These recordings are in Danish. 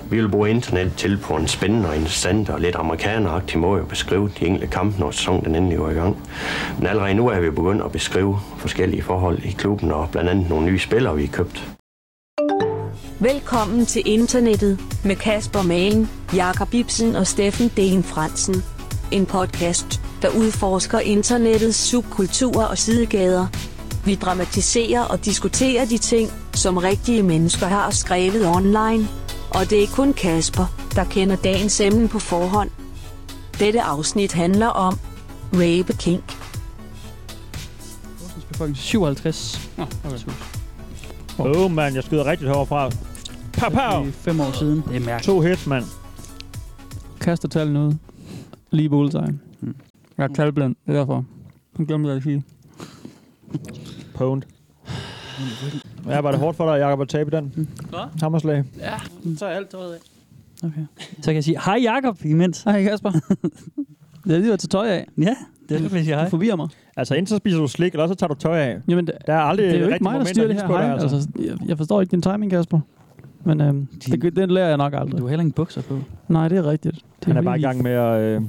Vi vil bruge internet til på en spændende og interessant og lidt amerikaneragtig måde at beskrive de enkelte kampe, når sæsonen den endelig går i gang. Men allerede nu er vi begyndt at beskrive forskellige forhold i klubben og blandt andet nogle nye spillere, vi har købt. Velkommen til internettet med Kasper Malen, Jakob Ibsen og Steffen Den Fransen. En podcast, der udforsker internettets subkulturer og sidegader. Vi dramatiserer og diskuterer de ting, som rigtige mennesker har skrevet online. Og det er kun Kasper, der kender dagens emne på forhånd. Dette afsnit handler om Rape King. 57. Mand, jeg skyder rigtigt heroverfra. Pow! Det er 5 år siden. Det er mærkeligt. 2 hits, mand. Kaster tallene ud. Lige bullseye. Jeg er talblind, det er derfor. Jeg glemte at sige. Pwned. Ja, var det hårdt for dig, Jakob, at tabe den? Hvad? Hammerslag. Ja, så er alt tøjet af. Okay. Så kan jeg sige, hej Jakob imens. Hej Kasper. Det er lige at tage tøj af. Ja, det er det, hvis jeg hej. Du forvirrer mig. Altså, enten så spiser du slik, eller så tager du tøj af. Jamen, Der er aldrig det er jo ikke rigtig mig, der moment styrer at det hilse her. på dig, Hej. altså. Jeg forstår ikke din timing, Kasper. Men den lærer jeg nok aldrig. Du har heller ingen bukser på. Nej, det er rigtigt. Han er bare i gang med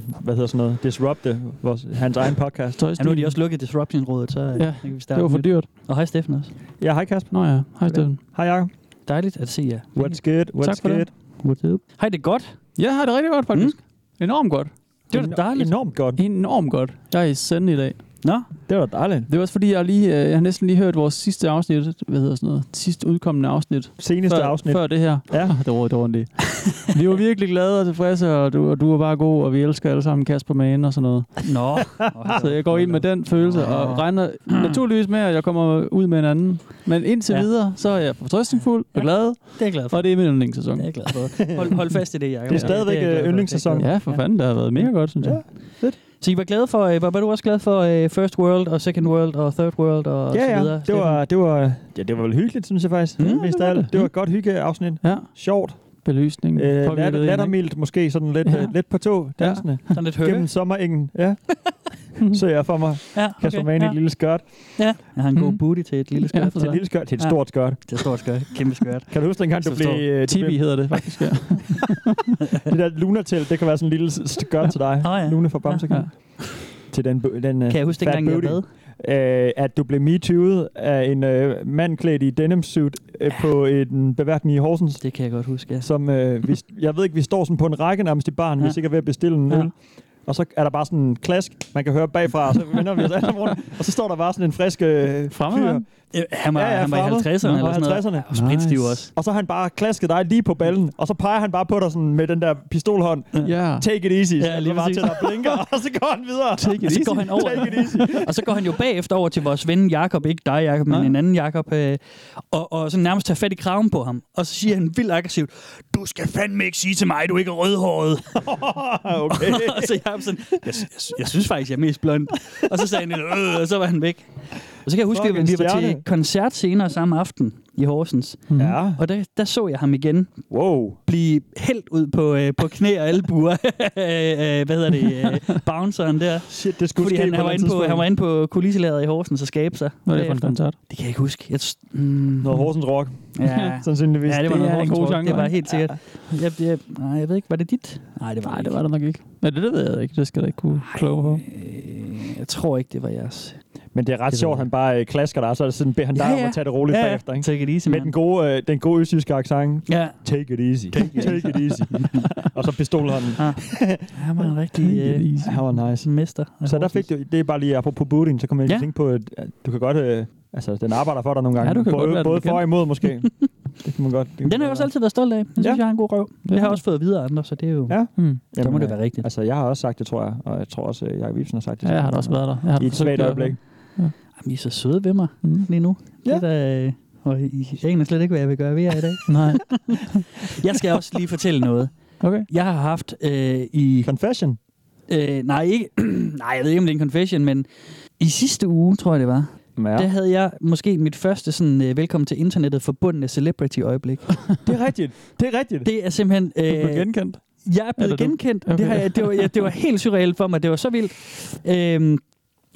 at, disrupte hans egen podcast. Ja, nu har de også lukket Disruption-rådet, så Ja, kan vi starte det var for nyt. dyrt. Og hej Steffen også. Ja, hej Kasper. Nå ja, hej Steffen. Hej Jakob. Dejligt at se jer. What's good? What's Tak for good? det. What's up? Hej, det er godt. Ja, har det rigtig godt faktisk. Enormt godt. Det var da dejligt. Enormt godt. Enormt godt. Jeg er i send i dag. Nå, Det var dejligt. Det var også fordi, jeg har næsten lige hørt vores sidste afsnit. Hvad hedder sådan noget? Sidste udkommende afsnit. Seneste afsnit. Før det her. Ja. Det var ordentligt. Vi var virkelig glade og tilfredse, og du var bare god, og vi elsker alle sammen Kasper Mane og sådan noget. nå. Så jeg går ind med den følelse, og regner naturligvis med, at jeg kommer ud med en anden. Men indtil videre, så er jeg fortrøstningsfuld og glad, Det er jeg glad for. og det er min yndlingssæson. Det er jeg glad for. Hold fast i det, Jacob. Det er stadigvæk yndlingssæson. Ja, for fanden, det har været mega godt, synes jeg. Så I var glade for, var du også glad for First World og Second World og Third World og så videre? Det var vel hyggeligt, synes jeg faktisk. Mest af alt. Det var et godt hyggeafsnit. Ja, Sjovt. belysning. Lattermildt måske, sådan lidt på tå, dansende. Sådan lidt høje. Gennem sommerengen, ja. Så jeg for mig. Ja, Kasper Mane i et lille skørt. Ja, jeg har en god booty til et lille skørt. Ja, Til et lille skørt, til et stort skørt. Det er stort skørt. Kæmpe skørt. Kan du huske dengang, du blev... TV hedder det faktisk, ja. Det der Luna-telt, det kan være sådan en lille skørt til dig. Ja. Lune fra Bamse. Ja. Til den Kan jeg huske dengang, jeg bad? at du blev MeToo'et af en mand klædt i denim suit på en beværtning i Horsens. Det kan jeg godt huske, ja. Som, jeg ved ikke, vi står sådan på en række nærmest i baren, vi er sikkert ved at bestille en øl. Og så er der bare sådan en klask, man kan høre bagfra, og så vender vi os alle sammen rundt. Og så står der bare sådan en frisk fyr. Han var i 50'erne eller sådan noget. Og spritstiv også. Og så har han bare klasket dig lige på ballen, og så peger han bare på dig sådan med den der pistolhånd. Ja. Take it easy. Ja, lige bare præcis. til der blinker, og så går han videre. Take it Og så easy. går han over. Take it easy. Og så går han jo bagefter over til vores ven Jakob, ikke dig Jakob, men en anden Jakob, og så nærmest tager fat i kraven på ham. Og så siger han vildt aggressivt, du skal fandme ikke sige til mig, du ikke er rødhåret. Okay. Og så Jakob sådan, jeg synes faktisk, jeg er mest blond. Og så sagde han, og så var han væk. Og så kan jeg huske, at vi var til koncert senere samme aften i Horsens. Ja. Og der så jeg ham igen blive hældt ud på knæ og albuer. Bounceren der. Shit, det skulle Fordi ske han var inde på kulisselageret i Horsens og skabe sig. Hvad er det for en koncert? Det kan jeg ikke huske. Noget Horsens Rock. Ja. Sandsynligvis. Ja, det var noget en Horsens god Rock. genre. Det var helt sikkert. Jeg ved ikke, var det dit? Nej, det var Nej, det var det nok ikke. Men det ved jeg ikke. Det skal jeg ikke kunne kloge på. Jeg tror ikke, det var jeres. Men det er ret sjovt, han bare klasker dig, og så sådan beder han dig om at tage det roligt bagefter. Ikke? Take it easy, med den gode østjyske accent. Ja. Take it easy. Take it easy. Og så pistolhånden. Han var en rigtig Han var nice. mester. Så der fik du, det er bare lige apropos booting, så kommer jeg til at tænke på, at du kan godt, den arbejder for dig nogle gange. Ja, du kan godt være både den for og imod måske. Det kan man godt. Den har jeg også altid været stolt af. Jeg synes, jeg har en god røv. Det har jeg også fået videre andre, så det er jo... Ja. Så må det være rigtigt. Altså, jeg har også sagt det, tror jeg. Og jeg tror også, Jakob Ibsen har sagt det. Ja, jeg har da også været der. I et svagt øjeblik. Jamen, I er så søde ved mig lige nu. Ja. Det og I aner slet ikke, hvad jeg vil gøre ved jer i dag. Nej. Jeg skal også lige fortælle noget. Okay. Jeg har haft i... Confession? Nej, ikke. Nej, jeg ved ikke, om det er en confession, men i sidste uge, tror jeg det var, der havde jeg måske mit første sådan, velkommen til internettet forbundne celebrity-øjeblik. Det er rigtigt. Det er simpelthen... Du blev genkendt? Jeg er blevet genkendt. Okay. Det var helt surrealt for mig. Det var så vildt.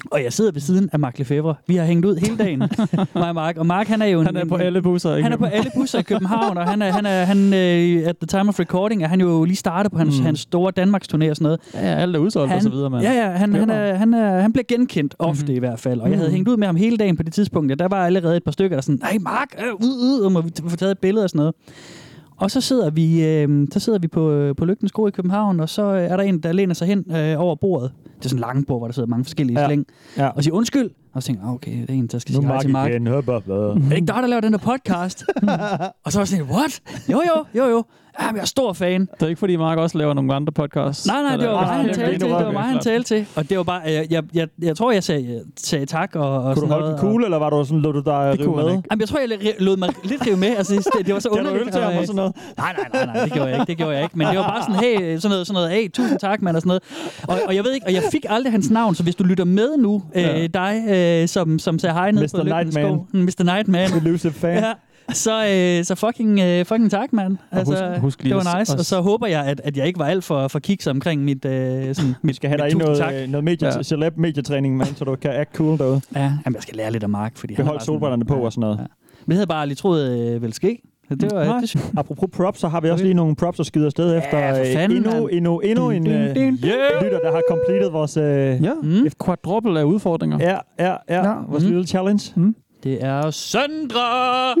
Og jeg sidder ved siden af Mark Lefebvre. Vi har hængt ud hele dagen, mig og Mark. Og Mark, han er jo Han er på alle busser. Han er på alle busser i København, og han at the time of recording, er han jo lige startet på hans store Danmarks-turné og sådan noget. Ja, alt er udsolgt og så videre, mand. Ja, han bliver genkendt ofte i hvert fald. Og jeg havde hængt ud med ham hele dagen på det tidspunkt. Der var allerede et par stykker, der sådan, nej Mark, og må vi få taget et billede og sådan noget. Og så sidder vi på Lygtens Kro i København, og så er der en, der læner sig hen over bordet. Det er sådan en lang bord, hvor der sidder mange forskellige slæng. Ja. Og siger undskyld. Og så tænker jeg, okay, det er en, der skal sige hej til Mark. Er det ikke dig, der laver den der podcast? Og så var jeg sådan, what? Jo. Jamen, jeg er stor fan. Det er ikke, fordi Mark også laver nogle andre podcasts. Nej, det var mig, han talte til. Og det var bare, jeg tror, jeg sagde tak og kunne du holde den cool, eller var du sådan, lod du dig rive med? Jamen, jeg tror, jeg lod mig lidt rive med. Altså, det var så underligt. Kan du øl til ham og sådan noget? Nej, det gjorde jeg ikke. Men det var bare sådan, hey, sådan noget, hey, tusind tak, mand, og sådan noget. Og jeg ved ikke, og jeg fik aldrig hans navn, så hvis du lytter med nu, dig, som sagde hej ned på Lygtens Kro. Mr. Nightman. Elusive fan. Ja. Så fucking tak, mand. Altså, husk det var nice. Og så håber jeg, at jeg ikke var alt for kikset omkring mit skal have dig noget celeb-medietræning, man, så du kan act cool derude. Ja, jamen, jeg skal lære lidt af Mark, fordi behold solbrillerne på og sådan noget. Ja. Vi havde bare lige troet, ville ske. Det var det. Apropos props, så har vi også lige nogle props, der skyder afsted efter endnu en lytter, der har completed vores et quadruple af udfordringer. Ja. Vores lille challenge. Det er Sandra!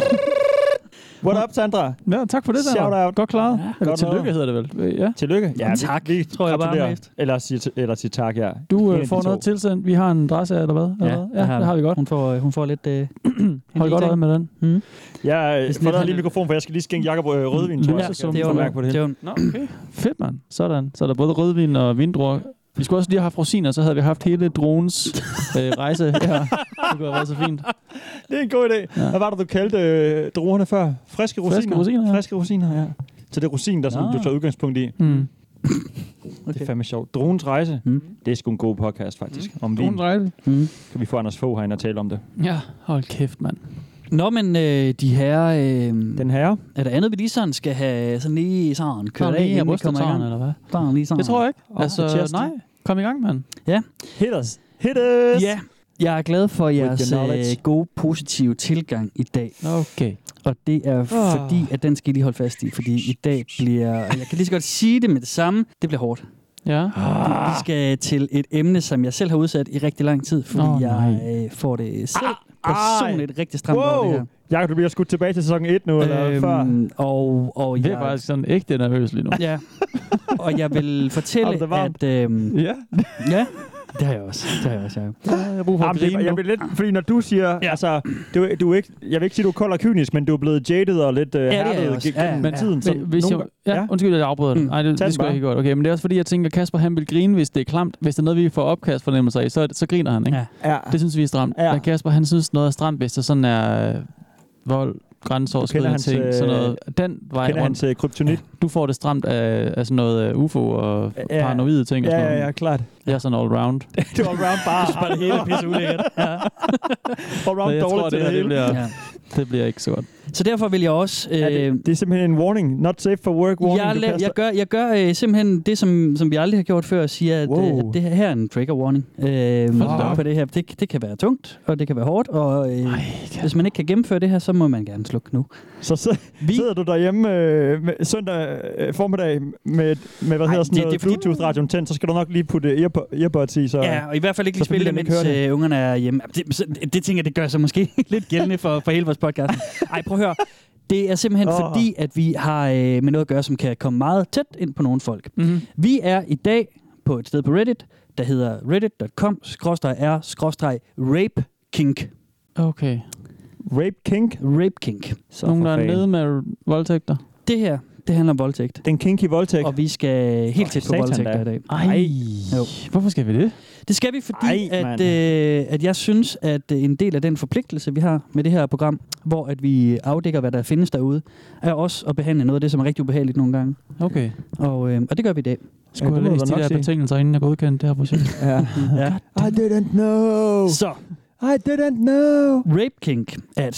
What up, Sandra? Ja, tak for det, Sandra. Shout out. Godt klaret. Ja, eller tillykke hedder det vel? Ja. Tillykke. Ja, tak. Vi tror jeg bare mest. Eller sige tak, ja. Du får noget tilsendt. Vi har en adresse, eller hvad? Ja, det har vi godt. Hun får lidt... Hold godt øje med den. Jeg får der lige mikrofon, for jeg skal lige skænke Jakob rødvin, tror jeg. Det er jo okay. Fedt, mand. Sådan. Så er der både rødvin og vindruer. Vi skulle også lige have haft rosiner, så havde vi haft hele drones rejse her. Det kunne have været så fint. Det er en god idé. Ja. Hvad var det, du kaldte druerne før? Friske rosiner? Friske rosiner, ja. Så det er rosin, der sådan, du tager udgangspunkt i. Okay. Det er fandme sjovt. Drones rejse, det er sgu en god podcast, faktisk. Om Drones rejse. Kan vi få Anders Fogh herinde og tale om det? Ja, hold kæft, mand. Nå, men de her... Den her? Er der andet, vi lige sådan skal have sådan lige sådan kørt af, inden vi kommer i gang? Eller hvad? Det tror jeg ikke. Altså, nej. Kom i gang, mand. Ja. Hit us. Ja, jeg er glad for jeres gode, positive tilgang i dag. Okay. Og det er fordi, at den skal I lige holde fast i, fordi i dag bliver... Jeg kan lige så godt sige det med det samme. Det bliver hårdt. Ja. Vi skal til et emne, som jeg selv har udsat i rigtig lang tid, fordi jeg får det selv personligt rigtig stramt over det her. Jakob, du bliver skudt tilbage til sæson 1 nu, eller før? Og det er faktisk sådan ægte nervøs lige nu. Ja. Og jeg vil fortælle, at... Ja, det har jeg også. Jeg har brug for at grine. Jeg bliver lidt, fordi når du siger, altså, du er ikke, jeg vil ikke sige, du er kold og kynisk, men du er blevet jaded og lidt hærdet gennem tiden. Undskyld, at jeg afbryder den. Nej, det skal ikke godt. Okay, men det er også fordi, jeg tænker, Kasper han vil grine, hvis det er klamt. Hvis det er noget, vi får opkastfornemmelser i, så griner han, ikke? Ja. Det synes vi er stramt. Men Kasper, han synes noget er stramt, hvis det sådan er vold, grænseoverskridende ting, sådan noget. Den vej rundt. Hans kryptonit. Du får det stramt af sådan noget UFO og paranoide ting og sådan noget. Ja, klart. Jeg er sådan all-round. Du er all-round bare. Det hele pisse ulækkert. All-round dårligt til det hele. Det bliver ikke så godt. Så derfor vil jeg også... det er simpelthen en warning. Not safe for work warning. Jeg gør simpelthen det, som vi aldrig har gjort før, og siger, at det her er en trigger warning. På det her. Det kan være tungt, og det kan være hårdt, og hvis man ikke kan gennemføre det her, så må man gerne slukke nu. Så sidder du derhjemme søndag formiddag med hvad hedder sådan noget, Bluetooth-radioen tændt, så skal du nok lige putte earbuds i. Så, ja, og i hvert fald ikke lige spille det, mens ungerne er hjemme. Det tænker jeg, det gør sig måske lidt gældende for hele vores podcast. Ej, prøv at høre. Det er simpelthen fordi, at vi har med noget at gøre, som kan komme meget tæt ind på nogle folk. Mm-hmm. Vi er i dag på et sted på Reddit, der hedder reddit.com/r/rapekink. Okay. Rapekink? Så nogen, der er nede med voldtægter? Det her, det handler om voldtægt. Den kinky voldtægt. Og vi skal helt tæt på voldtægter i dag. Ej. Hvorfor skal vi det? Det skal vi, fordi at jeg synes, at en del af den forpligtelse, vi har med det her program, hvor at vi afdækker, hvad der findes derude, er også at behandle noget af det, som er rigtig ubehageligt nogle gange. Okay. Og det gør vi i dag. Skulle jeg læse de der betingelser, inden jeg godkendte det her projekt? Ja. I didn't know. Så. I didn't know. Rapekink er et sted,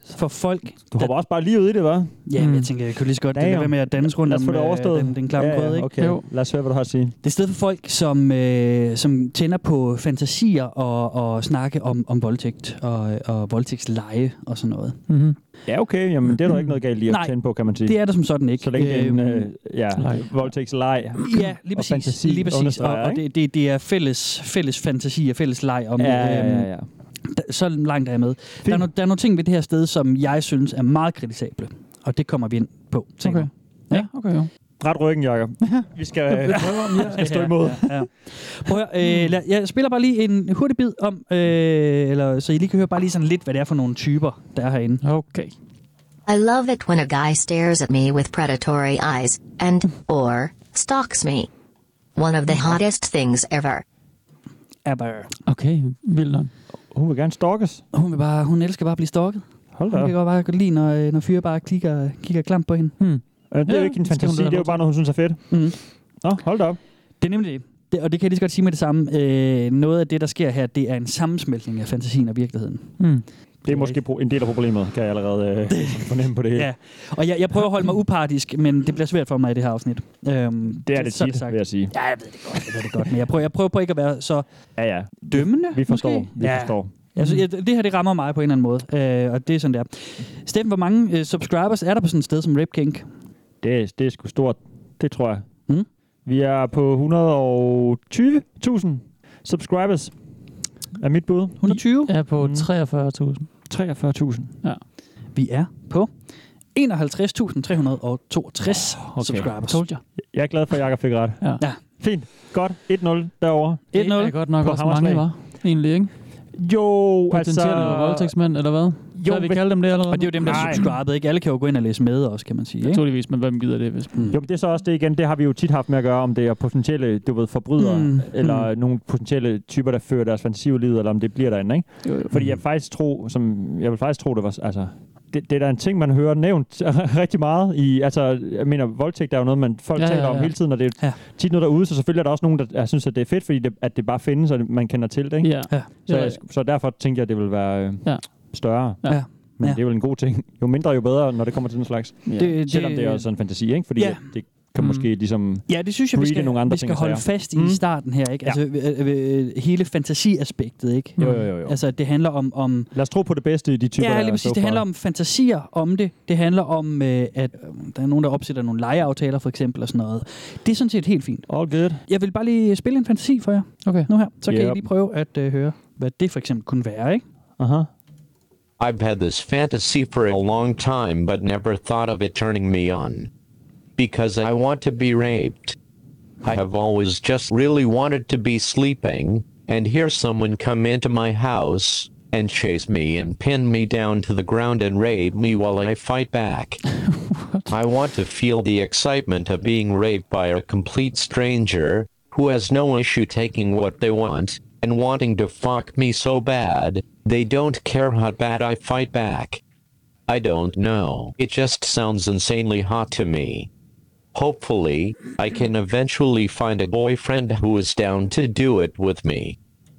for folk... Du hopper også bare lige ud i det, hva'? Ja, men jeg tænker, jeg kunne lige så godt det være med at danse rundt om den klamme grød, ikke? Okay. Lad os høre, hvad du har at sige. Det er stedet for folk, som tænder på fantasier og snakke om voldtægt og voldtægtsleje og sådan noget. Mm-hmm. Ja, okay. Jamen, det er der ikke noget galt lige at tænde på, kan man sige. Det er der som sådan ikke. Så længe det er en voldtægtsleg. Ja, lige præcis. Fantasi, lige præcis. Og det er fælles fantasi og fælles leg om ja. Så langt er jeg med. Der er nogle ting ved det her sted, som jeg synes er meget kritisable. Og det kommer vi ind på. Okay. Ja, okay. Jo. Ret ryggen, Jacob. Vi skal stå imod. Ja. Prøv at høre, jeg spiller bare lige en hurtig bid om, så I lige kan høre bare lige sådan lidt, hvad det er for nogle typer, der er herinde. Okay. I love it when a guy stares at me with predatory eyes or stalks me. One of the hottest things ever. Okay, vildt nok. Hun vil gerne stalkes. Hun elsker bare at blive stalket. Hold da. Hun kan godt bare lide, når fyre bare kigger klamt på hende. Det er jo ikke en fantasi, det er jo bare noget, hun synes er fedt. Nå, hold da op. Det er nemlig det. Og det kan jeg lige så godt sige med det samme. Noget af det, der sker her, det er en sammensmeltning af fantasien og virkeligheden. Det er måske en del af problemet, kan jeg allerede fornemme på det hele. Ja, og jeg prøver at holde mig upartisk, men det bliver svært for mig i det her afsnit. Det er det tit, vil jeg sige. Ja, jeg ved det godt. Men jeg prøver på ikke at være så dømmende. Vi forstår. Forstår. Altså, det her, det rammer mig på en eller anden måde, og det er sådan der. Steffen, hvor mange subscribers er der på sådan et sted som Rapkink? Det er sgu stort. Det tror jeg. Vi er på 120.000 subscribers. Er mit bud. 120? Jeg er på 43.000. 43.000. Ja. Vi er på 51.362 subscribers. Jeg er glad for, at Jacob fik ret. Ja. Fint. Godt. 1-0 derovre. 1-0. Det er godt nok også mange, var egentlig, ikke? Jo, potentielle voldtægtsmænd, eller hvad? Jo, så vi kalde dem det allerede. Og det er jo dem, der er subscribet, ikke? Alle kan jo gå ind og læse med også, kan man sige. Ikke? Naturligvis, men hvem gider det? Hvis... Jo, men det er så også det igen. Det har vi jo tit haft med at gøre, om det er potentielle, forbrydere, eller nogle potentielle typer, der fører deres fantasi ud i livet, eller om det bliver derinde, ikke? Jo. Fordi jeg vil faktisk tro, det var, altså... Det er da en ting, man hører nævnt rigtig meget i, altså, jeg mener, voldtægt er jo noget, folk taler om hele tiden, og det er tit noget derude, så selvfølgelig er der også nogen, der synes, at det er fedt, fordi at det bare findes, og man kender til det, ikke? Ja. Så derfor tænker jeg, at det vil være større. Ja. Men det er jo en god ting. Jo mindre, jo bedre, når det kommer til den slags. Ja. Selvom det er også en fantasi, ikke? Fordi det kan måske ligesom... Ja, det synes jeg, vi skal holde fast i starten her, ikke? Altså, hele fantasiaspektet, ikke? Jo. Altså, det handler om... Lad os tro på det bedste i de typer, ja, lige præcis. Det handler om fantasier om det. Det handler om, at der er nogen, der opsætter nogle legeaftaler, for eksempel, og sådan noget. Det er sådan set helt fint. All good. Jeg vil bare lige spille en fantasi for jer. Okay. Nu her. Så kan I lige prøve at høre, hvad det for eksempel kunne være, ikke? Aha. I've had this fantasy for a long time, but never thought of it turning me on. Because I want to be raped. I have always just really wanted to be sleeping, and hear someone come into my house, and chase me and pin me down to the ground and rape me while I fight back. I want to feel the excitement of being raped by a complete stranger, who has no issue taking what they want, and wanting to fuck me so bad, they don't care how bad I fight back. I don't know. It just sounds insanely hot to me. Hopefully, I can eventually find a boyfriend who is down to do it with me.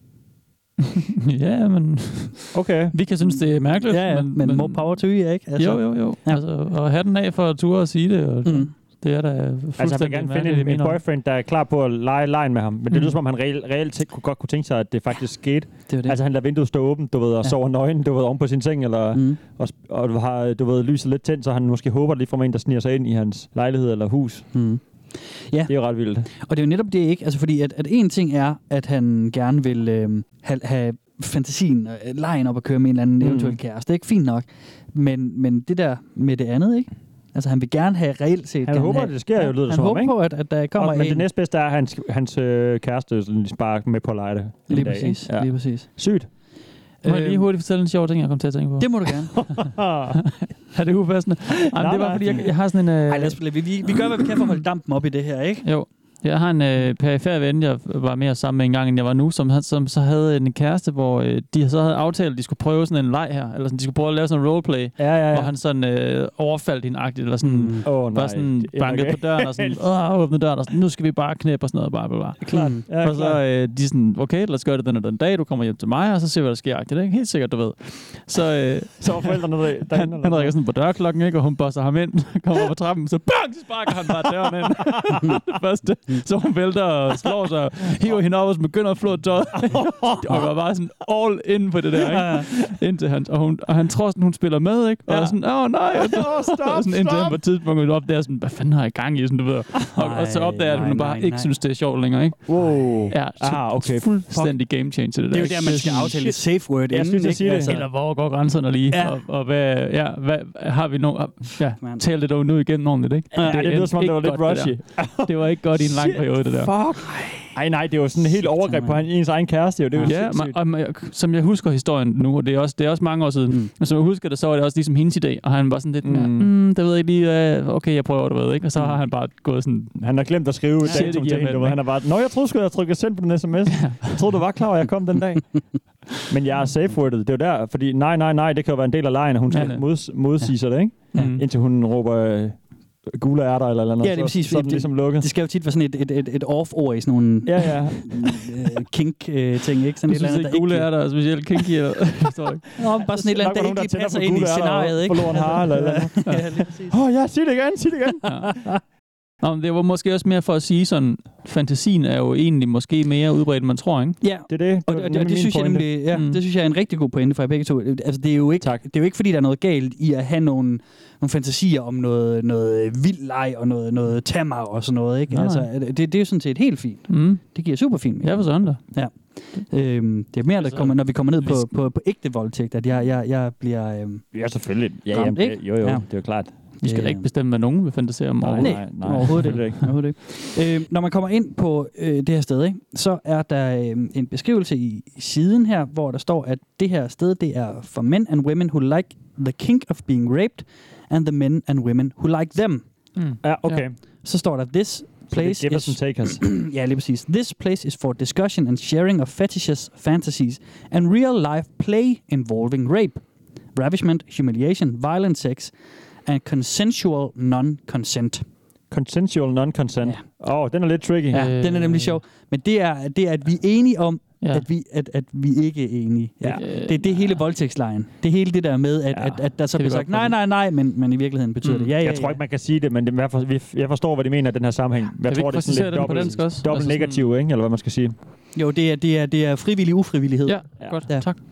Ja, men... Okay. Vi kan synes, det er mærkeligt. Ja, men more power to you, ikke? Altså, jo. Ja. Altså, og have den af for at ture og sige det. Og det er da fuldstændig altså, man kan gerne finde en boyfriend, der er klar på at lege lejen med ham. Men det lyder som om, han reelt godt kunne tænke sig, at det faktisk skete. Det. Altså, han lader vinduet stå åbent, og sover nøgen, oven på sin seng, eller, og har, lyset lidt tændt, så han måske håber lige fra en, der sniger sig ind i hans lejlighed eller hus. Ja. Det er jo ret vildt. Og det er jo netop det, ikke? Altså, fordi at en ting er, at han gerne vil have fantasien, lejen op at køre med en eller anden eventuel kæreste. Ikke? Fint nok. Men det der med det andet, ikke? Altså, han vil gerne have reelt set... Han håber, at det sker jo, lyder det som om, ikke? Han håber på, at der kommer men det næstbedste er, at hans kæreste bare med på lejde. Lige præcis. Lige præcis. Sygt. Må jeg lige hurtigt fortælle en sjov ting, jeg kom til at tænke på? Det må du gerne. Er det upassende? Det var, fordi jeg har sådan en... Ej, vi gør, hvad vi kan for at holde dampen op i det her, ikke? Jo. Jeg har en perifer ven, jeg var mere sammen med en gang, end jeg var nu, som så havde en kæreste, hvor de så havde aftalt, at de skulle prøve sådan en leg her, eller sådan, de skulle prøve at lave sådan en roleplay, hvor han sådan overfaldt hende-agtigt, eller sådan, bare sådan bankede på døren, og sådan, åbnede døren, og sådan, nu skal vi bare knæppe og sådan noget, bare. Klart. Ja, og så de sådan, okay, lad os gøre det den og den dag, du kommer hjem til mig, og så ser vi, hvad der sker, det er ikke helt sikkert, du ved. Så var forældrene derinde. Han rækker sådan på dørklokken, ikke, og hun bosser ham ind, kommer op på trappen, så bang, så sparker han bare døren ind. Det første. Så hun vælter og slår sig, hiver hende op og begynder at flå tøjet. Og var bare sådan all in på det der, ikke? Indtil han, og han tror sådan, hun spiller med, ikke? Og sådan, nej. Stop. Indtil han på et tidspunkt op der, sådan, hvad fanden har jeg i gang i, sådan, du ved. Og så opdager at hun bare ikke synes, det er sjovt længere, ikke? Wow. Ja, okay. Fuldstændig game changer det der. Det er jo der, man skal aftale et safe word inden, ikke? Altså, eller hvor går grænserne lige? Ja. Og hvad har vi nogen... Ja, tal det dog nu igen ordentligt, ikke? Ja, det lyder som om, det var lidt rushy. Det var ikke godt i en lang periode, det der. Fuck. Nej, det var sådan en helt overgreb på ens egen kæreste. Jo. Det var som jeg husker historien nu, og det er også mange år siden, men som jeg husker det, så var det også ligesom hendes idé, og han var sådan lidt mere, det ved jeg lige, okay, jeg prøver det, ved ikke? Og så har han bare gået sådan... Han har glemt at skrive datum til hende, han har bare... Nå, jeg troede sgu, jeg trykkede send på den sms. Jeg troede, du var klar, at jeg kom den dag. Men jeg er safe-wordet. Det er jo der, fordi nej, det kan jo være en del af lejen, at hun skal modsige sig det, ikke? Indtil hun råber... gule ærter eller noget. Ja, det er præcis. Så er den ligesom lukket. Det skal jo tit være sådan et off-ord i sådan nogle kink-ting, ikke? Sådan et eller andet, der gule ærter er specielt kinky, eller? Bare sådan et eller andet, der ikke lige passer ind i scenariet, ikke? Forloren har, eller andet. Ja, sig det igen. Nå, det var måske også mere for at sige sådan, fantasien er jo egentlig måske mere udbredt, end man tror, ikke? Ja, det er det. Og det synes jeg nemlig, det synes jeg er en rigtig god pointe for jer begge to. Altså, det er jo ikke fordi, der er noget galt i at have nogle fantasier om noget vild leg og noget tammer og sådan noget, ikke? Altså, det er jo sådan set helt fint. Det giver super fint. Ja, for sådan der. Ja. Det er mere, der kommer, når vi kommer ned på ægte voldtægt, at jeg bliver ja, selvfølgelig. Ramt, ikke? Jo, det er jo klart. Vi skal da ikke bestemme, hvad nogen vil fantasere om. Nej, overhovedet ikke. Når man kommer ind på det her sted, ikke, så er der en beskrivelse i siden her, hvor der står, at det her sted, det er for men and women who like the kink of being raped, and the men and women who like them. Ja, okay. Ja. Så står der, this place is... ja, lige præcis. This place is for discussion and sharing of fetishes, fantasies, and real-life play involving rape, ravishment, humiliation, violent sex, and consensual non-consent. Consensual non-consent. Ja. Den er lidt tricky. Ja, den er nemlig sjov. Men det er, at vi er enige om, at vi ikke er enige. Ja. Det er hele voldtægtslejen. Det er hele det der med, at der så bliver sagt, nej, men i virkeligheden betyder det ja. Jeg tror ikke, man kan sige det, men jeg forstår, hvad de mener i den her sammenhæng. Jeg tror, det er sådan lidt dobbelt negativ, ikke? Eller hvad man skal sige. Jo, det er frivillig ufrivillighed. Ja, godt. Ja. Tak.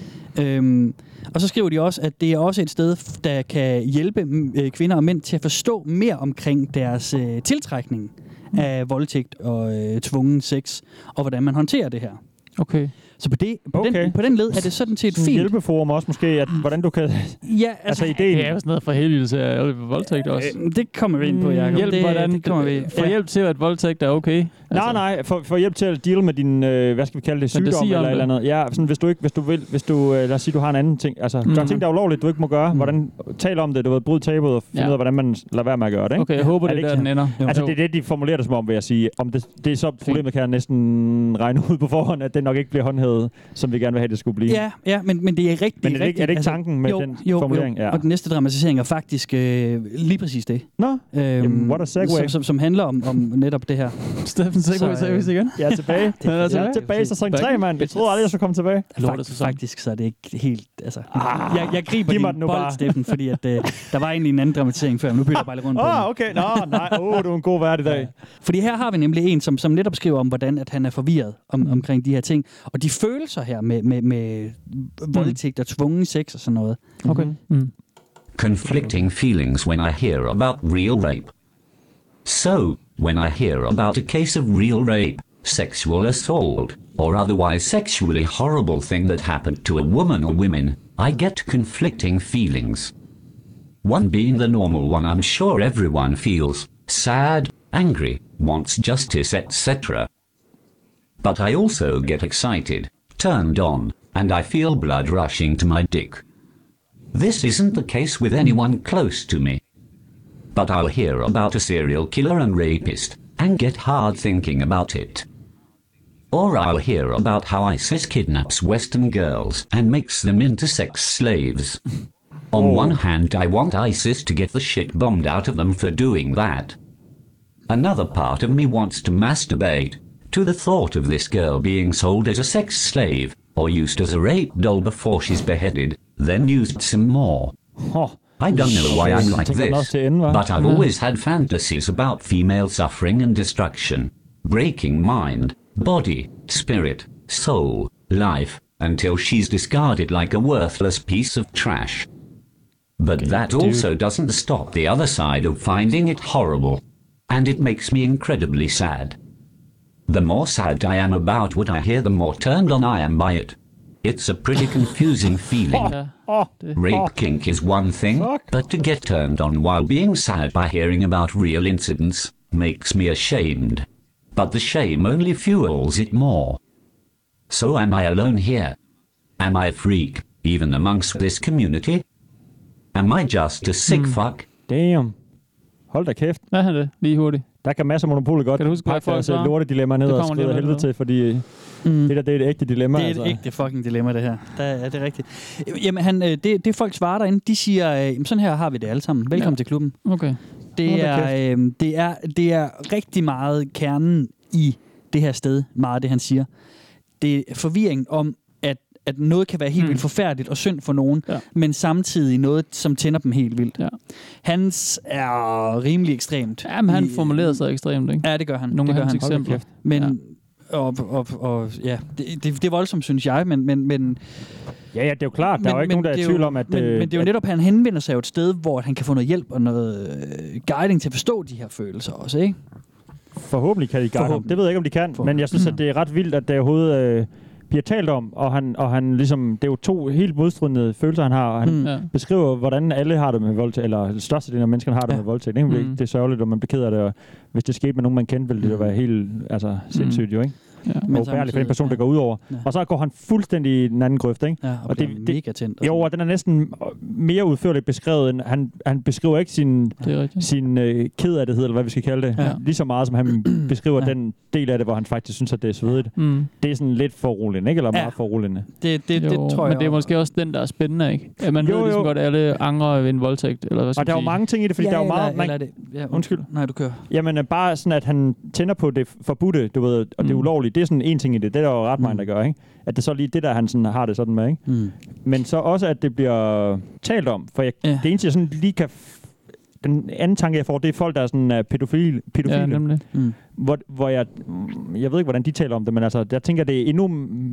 Og så skriver de også, at det er også et sted, der kan hjælpe kvinder og mænd til at forstå mere omkring deres tiltrækning af voldtægt og tvungen sex, og hvordan man håndterer det her. Okay. Så på den led er det sådan set fint. En hjælpeforum også måske, at hvordan du kan... Ja, altså ideen. Det er jo sådan noget for helvelse af voldtægt også. Det kommer vi ind på, Jacob. Det kommer vi. For hjælp til, at voldtægt er okay. Altså. Nej, for hjælp til at deal med din, hvad skal vi kalde det, sygdom eller andet. Ja, sådan, hvis du lad os sige, du har en anden ting. Altså, der er ting, der er ulovligt, du ikke må gøre. Hvordan tale om det, du ved, bryde tabuet og finde ud af, hvordan man lader være med at gøre det, ikke? Okay, jeg håber, det der den ender. Altså, det er det, de formulerer det som om, vil jeg sige. Om det er så problemet, kan jeg næsten regne ud på forhånd, at det nok ikke bliver håndhævet, som vi gerne vil have, det skulle blive. Ja, men det er rigtigt. Men er det ikke tanken med den formulering? Ja. Og den næste dramatisering er faktisk lige præcis det. Nå, what a segue. Som handler om netop det her. Steffen, segue igen. Jeg er tilbage. Jeg er tilbage, sæson 3, mand. Jeg troede aldrig, jeg skulle komme tilbage. Faktisk, så er det ikke helt... Altså, jeg griber din bold, Steffen, fordi at, der var egentlig en anden dramatisering før, men nu bytter jeg bare lidt rundt på den. Okay. Du er en god vært i dag. Fordi her har vi nemlig en, som netop skriver om, hvordan at han er forvirret omkring de her ting. Og de følelser her med voldtægt og tvungen sex og sådan noget. Okay. Conflicting feelings when I hear about real rape. So, when I hear about a case of real rape, sexual assault, or otherwise sexually horrible thing that happened to a woman or women, I get conflicting feelings. One being the normal one I'm sure everyone feels, sad, angry, wants justice, etc. But I also get excited, turned on, and I feel blood rushing to my dick. This isn't the case with anyone close to me. But I'll hear about a serial killer and rapist, and get hard thinking about it. Or I'll hear about how ISIS kidnaps Western girls and makes them into sex slaves. On one hand, I want ISIS to get the shit bombed out of them for doing that. Another part of me wants to masturbate to the thought of this girl being sold as a sex slave or used as a rape doll before she's beheaded, then used some more. I don't know why I'm like this, but I've always had fantasies about female suffering and destruction, breaking mind, body, spirit, soul, life, until she's discarded like a worthless piece of trash. But that also doesn't stop the other side of finding it horrible, and it makes me incredibly sad. The more sad I am about what I hear, the more turned on I am by it. It's a pretty confusing feeling. Rape kink is one thing, but to get turned on while being sad by hearing about real incidents makes me ashamed. But the shame only fuels it more. So am I alone here? Am I a freak, even amongst this community? Am I just a sick fuck? Damn. Hold da kæft. Hvad er det? Lige hurtigt. Der kan masser af Monopolet godt. Kan du huske, pakke deres lortedilemma ned og skrive helvede til, fordi det der, det er et ægte dilemma. Det er et ægte fucking dilemma, det her. Det er rigtigt. Jamen, det folk svarer derinde, de siger, sådan her har vi det alle sammen. Velkommen til klubben. Okay. Det er rigtig meget kernen i det her sted, meget det han siger. Det er forvirring om, at noget kan være helt vildt forfærdeligt og synd for nogen, men samtidig noget, som tænder dem helt vildt. Ja. Hans er rimelig ekstremt. Ja, men han formulerede sig ekstremt, ikke? Ja, det gør han. Nogle af hans eksempler. Men, det er voldsomt, synes jeg, men Ja, det er jo klart. Der er jo ikke nogen, der er i tvivl om, at... Men det er jo netop, at han henvender sig jo et sted, hvor han kan få noget hjælp og noget guiding til at forstå de her følelser også, ikke? Forhåbentlig kan de guide ham. Det ved jeg ikke, om de kan, men jeg synes, at det er ret vildt, at det overhovedet bliver talt om, og han ligesom... Det er jo to helt modstridende følelser, han har, og han beskriver, hvordan alle har det med voldtægt, eller størstedelen af menneskerne har det med voldtægt. Det er sørgeligt, og man bliver ked af det, og hvis det skete med nogen, man kendte, ville det jo være helt sindssygt, jo, ikke? Ja. Og ubærligt for den person, der går ud over. Ja. Og så går han fuldstændig i den anden grøft, ikke? Ja, og det er mega tændt. Jo, og den er næsten mere udførligt beskrevet, end han beskriver ikke sin ked-af-det-hed, eller hvad vi skal kalde det, lige så meget, som han beskriver den del af det, hvor han faktisk synes, at det er svedigt. Det er sådan lidt foruroligende, ikke? Eller meget foruroligende. Det tror jeg. Men det er måske også den, der er spændende, ikke? At man ved ligesom godt, at alle angrer ved en voldtægt, eller hvad skal og der er jo mange ting i det, fordi der er jo meget... Undskyld. Nej, du kører. Jamen, bare sådan, at han tænder på det forbudte, du ved, og det ulovlige. Det er sådan en ting i det. Det er der jo ret mange, der gør, ikke? At det så lige det der, han sådan har det sådan med, ikke? Men så også, at det bliver talt om. For det eneste, jeg sådan lige kan... Den anden tanke, jeg får, det er folk, der er sådan pædofile. Ja, nemlig. Hvor jeg ved ikke, hvordan de taler om det, men altså, jeg tænker, det er endnu...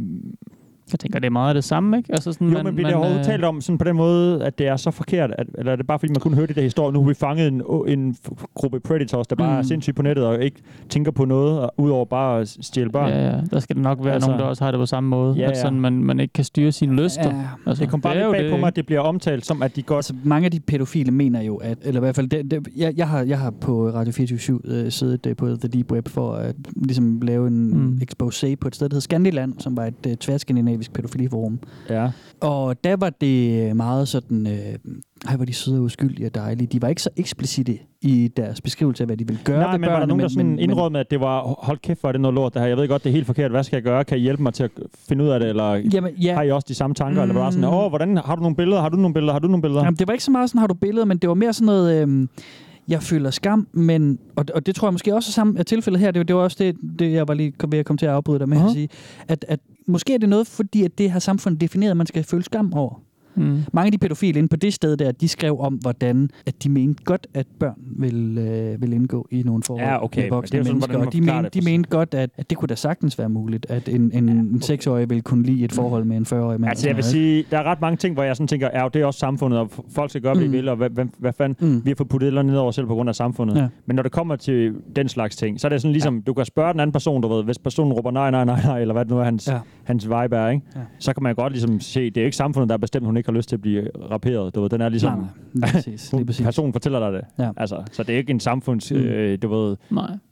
Jeg tænker, det er meget af det samme, ikke? Altså sådan, men bliver det overhovedet talt om sådan på den måde, at det er så forkert? Eller er det bare, fordi man kun hørte det der historie? Nu har vi fanget en gruppe predators, der bare er sindssygt på nettet og ikke tænker på noget, udover bare at stjæle børn. Ja. Der skal nok være nogen, der også har det på samme måde. Ja. At sådan, man ikke kan styre sine lyster. Ja. Altså, det kommer bare lidt bag på mig, at det bliver omtalt som, at de godt... Altså, mange af de pædofile mener jo, at... Eller i hvert fald... Jeg har på Radio 24/7 siddet på The Deep Web for at ligesom lave en exposé på et sted, der hedder Skandiland, som var et tværskandinavisk pædofiliforum. Ja. Og der var det meget sådan... hvor de søde og uskyldige og dejlige. De var ikke så eksplicite i deres beskrivelse af, hvad de ville gøre. Nej, men var der nogen, der sådan indrømte med, at det var, hold kæft, hvor er det noget lort, det her. Jeg ved godt, det er helt forkert. Hvad skal jeg gøre? Kan I hjælpe mig til at finde ud af det? Eller har I også de samme tanker? Eller var sådan, hvordan, har du nogle billeder? Har du nogle billeder? Har du nogle billeder? Jamen, det var ikke så meget sådan, har du billeder, men det var mere sådan noget... jeg føler skam, men... Og det tror jeg måske også er samme tilfældet her. Det var også det jeg var lige ved at komme til at afbryde dig med at sige. At måske er det noget, fordi at det har samfundet defineret, at man skal føle skam over. Mange af de pædofile inde på det sted der, de skrev om, hvordan at de mente godt, at børn vil indgå i nogle forhold med voksne mennesker. Og de mente godt, at det kunne da sagtens være muligt, at en 6-årig ville kunne lide et forhold med en 40-årig mand. Altså jeg vil sige, der er ret mange ting, hvor jeg sådan tænker, det er også samfundet, og folk skal gøre, hvad de vil, og hvad fanden, vi har fået puttet et eller andet ned over selv på grund af samfundet. Ja. Men når det kommer til den slags ting, så er det sådan ligesom, du kan spørge den anden person, du ved, hvis personen råber nej, eller hvad det nu er hans vibe er, ikke? Ja. Så kan man godt ligesom se, det er ikke samfundet, der er bestemt, hun ikke har lyst til at blive raperet. Du ved, den er ligesom... Lige præcis. Personen fortæller dig det. Ja. Altså, så det er ikke en samfunds... du ved...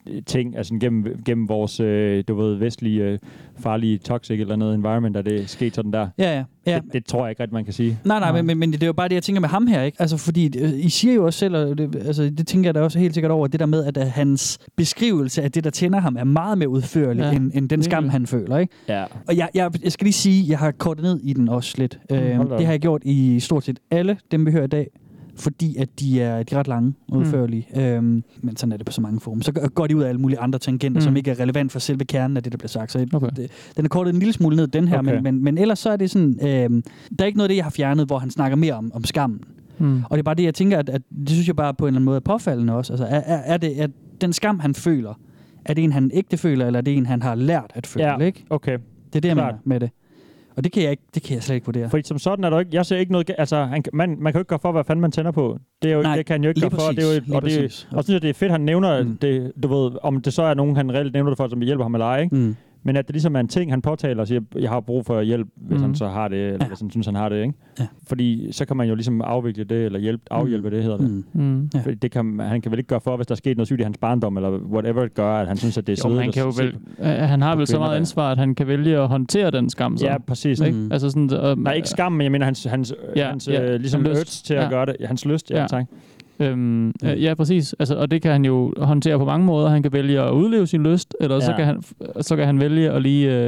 ting, altså gennem vores, vestlige, farlige, toxic eller noget environment, der det er sket sådan der. Ja. Det tror jeg ikke rigtig, man kan sige. Nej, men det er jo bare det, jeg tænker med ham her, ikke? Altså, fordi I siger jo også selv, og det tænker jeg da også helt sikkert over, det der med, at hans beskrivelse af det, der tænder ham, er meget mere udførlig, end den skam, han føler, ikke? Ja. Og jeg skal lige sige, jeg har kortet ned i den også lidt. Det har jeg gjort i stort set alle dem, vi hører i dag, fordi at de er ret lange og udførlige. Men sådan er det på så mange former. Så går de ud af alle mulige andre tangenter, som ikke er relevant for selve kernen af det, der bliver sagt. Så den er kortet en lille smule ned, den her, men ellers så er det sådan, der er ikke noget af det, jeg har fjernet, hvor han snakker mere om skammen. Og det er bare det, jeg tænker, at det synes jeg bare på en eller anden måde er påfaldende også. Altså, er det at den skam, han føler, er det en, han ægte føler, eller er det en, han har lært at føle, ikke? Okay. Det er det, jeg mener med det. Og det kan jeg slet ikke vurdere. Fordi som sådan er der ikke, jeg ser ikke noget, altså man kan jo ikke gøre for, hvad fanden man tænder på. Det er jo det kan han jo ikke gøre for. Det er jo, og synes jeg, det er fedt, han nævner det, du ved, om det så er nogen, han reelt nævner det for, som hjælper ham eller ej, ikke? Men at det ligesom er en ting, han påtaler og siger, jeg har brug for hjælp, hvis han så har det, eller hvis han synes, han har det, ikke? Ja. Fordi så kan man jo ligesom afvikle det, eller afhjælpe det, hedder det. Ja. Fordi det han kan vel ikke gøre for, hvis der er sket noget sygt i hans barndom, eller whatever det gør, at han synes, at det er svedigt. Han har vel så meget ansvar, at han kan vælge at håndtere den skam. Så. Ja, præcis. Altså sådan, nej, ikke skam, men jeg mener hans ligesom lyst til at gøre det. Hans lyst, tak. Ja, præcis. Altså, og det kan han jo håndtere på mange måder. Han kan vælge at udleve sin lyst, eller så kan han vælge at lige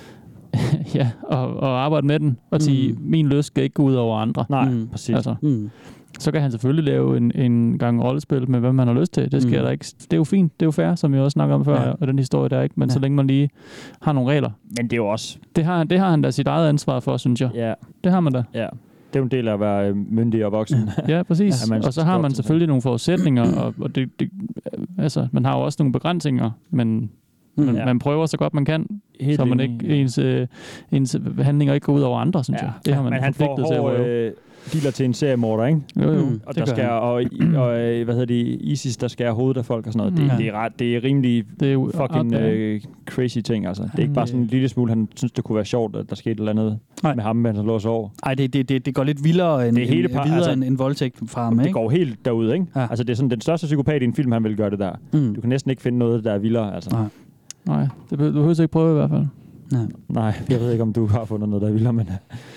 og arbejde med den og sige, min lyst skal ikke gå ud over andre. Nej, præcis. Altså, så kan han selvfølgelig lave en gang rollespil med, hvad man har lyst til. Det sker der ikke. Det er jo fint. Det er jo fair, som vi også snakker om før, og den historie der, ikke? Men så længe man lige har nogle regler. Men det er jo også... Det har han da sit eget ansvar for, synes jeg. Ja. Det har man da. Ja. Det er jo en del af at være myndig og voksen. Ja, præcis. Og så har man selvfølgelig nogle forudsætninger, og altså, man har jo også nogle begrænsninger, men man prøver så godt man kan, så man ikke ens handlinger ikke går ud over andre, synes jeg. Det har man forpligtet til at prøve. Dealer til en seriemorder, ikke? Jo. Og der skal og hvad hedder det, ISIS, der skærer hovedet af folk og sådan noget. Det er rimelig fucking crazy ting, altså. Det er ikke bare sådan en lille smule, han synes, det kunne være sjovt, at der skete et eller andet med ham, mens han lå og sov. Nej, det går lidt vildere end voldtægt fra ham, ikke? Det går helt derud, ikke? Ja. Altså, det er sådan den største psykopat i en film, han vil gøre det der. Du kan næsten ikke finde noget, der er vildere, altså. Nej, det behøver du ikke prøve i hvert fald. Nej, jeg ved ikke, om du har fundet noget, der er vildere, men...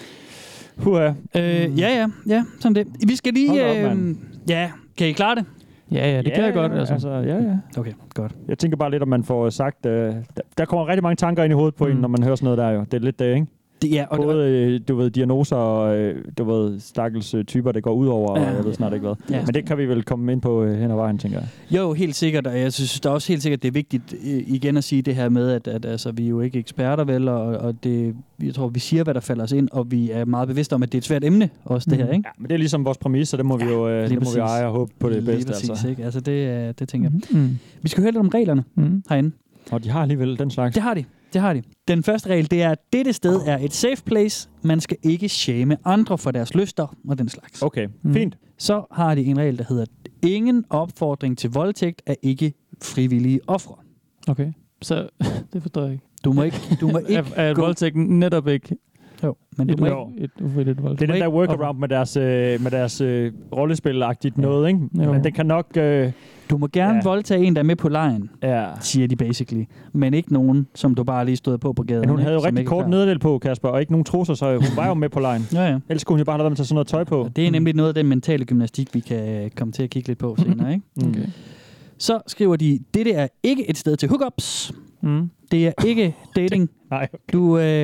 Ja, sådan det. Vi skal lige... kan I klare det? Ja, det kan jeg godt. Altså. Ja. Okay, godt. Jeg tænker bare lidt, om man får sagt... der kommer rigtig mange tanker ind i hovedet på en, når man hører sådan noget der jo. Det er lidt det, ikke? Både, du ved, diagnoser og, du ved, stakkels typer, det går ud over, og jeg ved snart ikke hvad. Ja. Men det kan vi vel komme ind på hen ad vejen, tænker jeg. Jo, helt sikkert, og jeg synes der er også helt sikkert, det er vigtigt igen at sige det her med, at altså, vi er jo ikke eksperter, vel, og det, jeg tror, vi siger, hvad der falder os ind, og vi er meget bevidste om, at det er et svært emne, også det her, ikke? Ja, men det er ligesom vores præmis, så det må vi jo eje og håbe på det bedste. Præcis, altså. Ikke? Altså, det tænker jeg. Vi skal høre lidt om reglerne herinde. Og de har alligevel den slags. Det har de. Den første regel, det er, at dette sted er et safe place. Man skal ikke shame andre for deres lyster og den slags. Okay, fint. Så har de en regel, der hedder, ingen opfordring til voldtægt er ikke frivillige ofre. Okay, så det forstår jeg ikke. Du må ikke er voldtægten netop ikke... Jo, men du må ikke... Det er den der workaround med deres rollespil-agtigt noget, ikke? Jo. Men det kan nok... Du må gerne voldtage en, der er med på lejen, siger de basically. Men ikke nogen, som du bare lige stod på gaden. Men hun havde jo rigtig kort nederdel på, Kasper, og ikke nogen trusser, så hun var jo med på lejen. Ja. Ellers kunne hun jo bare have været med at tage sådan noget tøj på. Og det er nemlig noget af den mentale gymnastik, vi kan komme til at kigge lidt på senere, ikke? Okay. Så skriver de, dette er ikke et sted til hookups. Det er ikke dating. Nej. Du,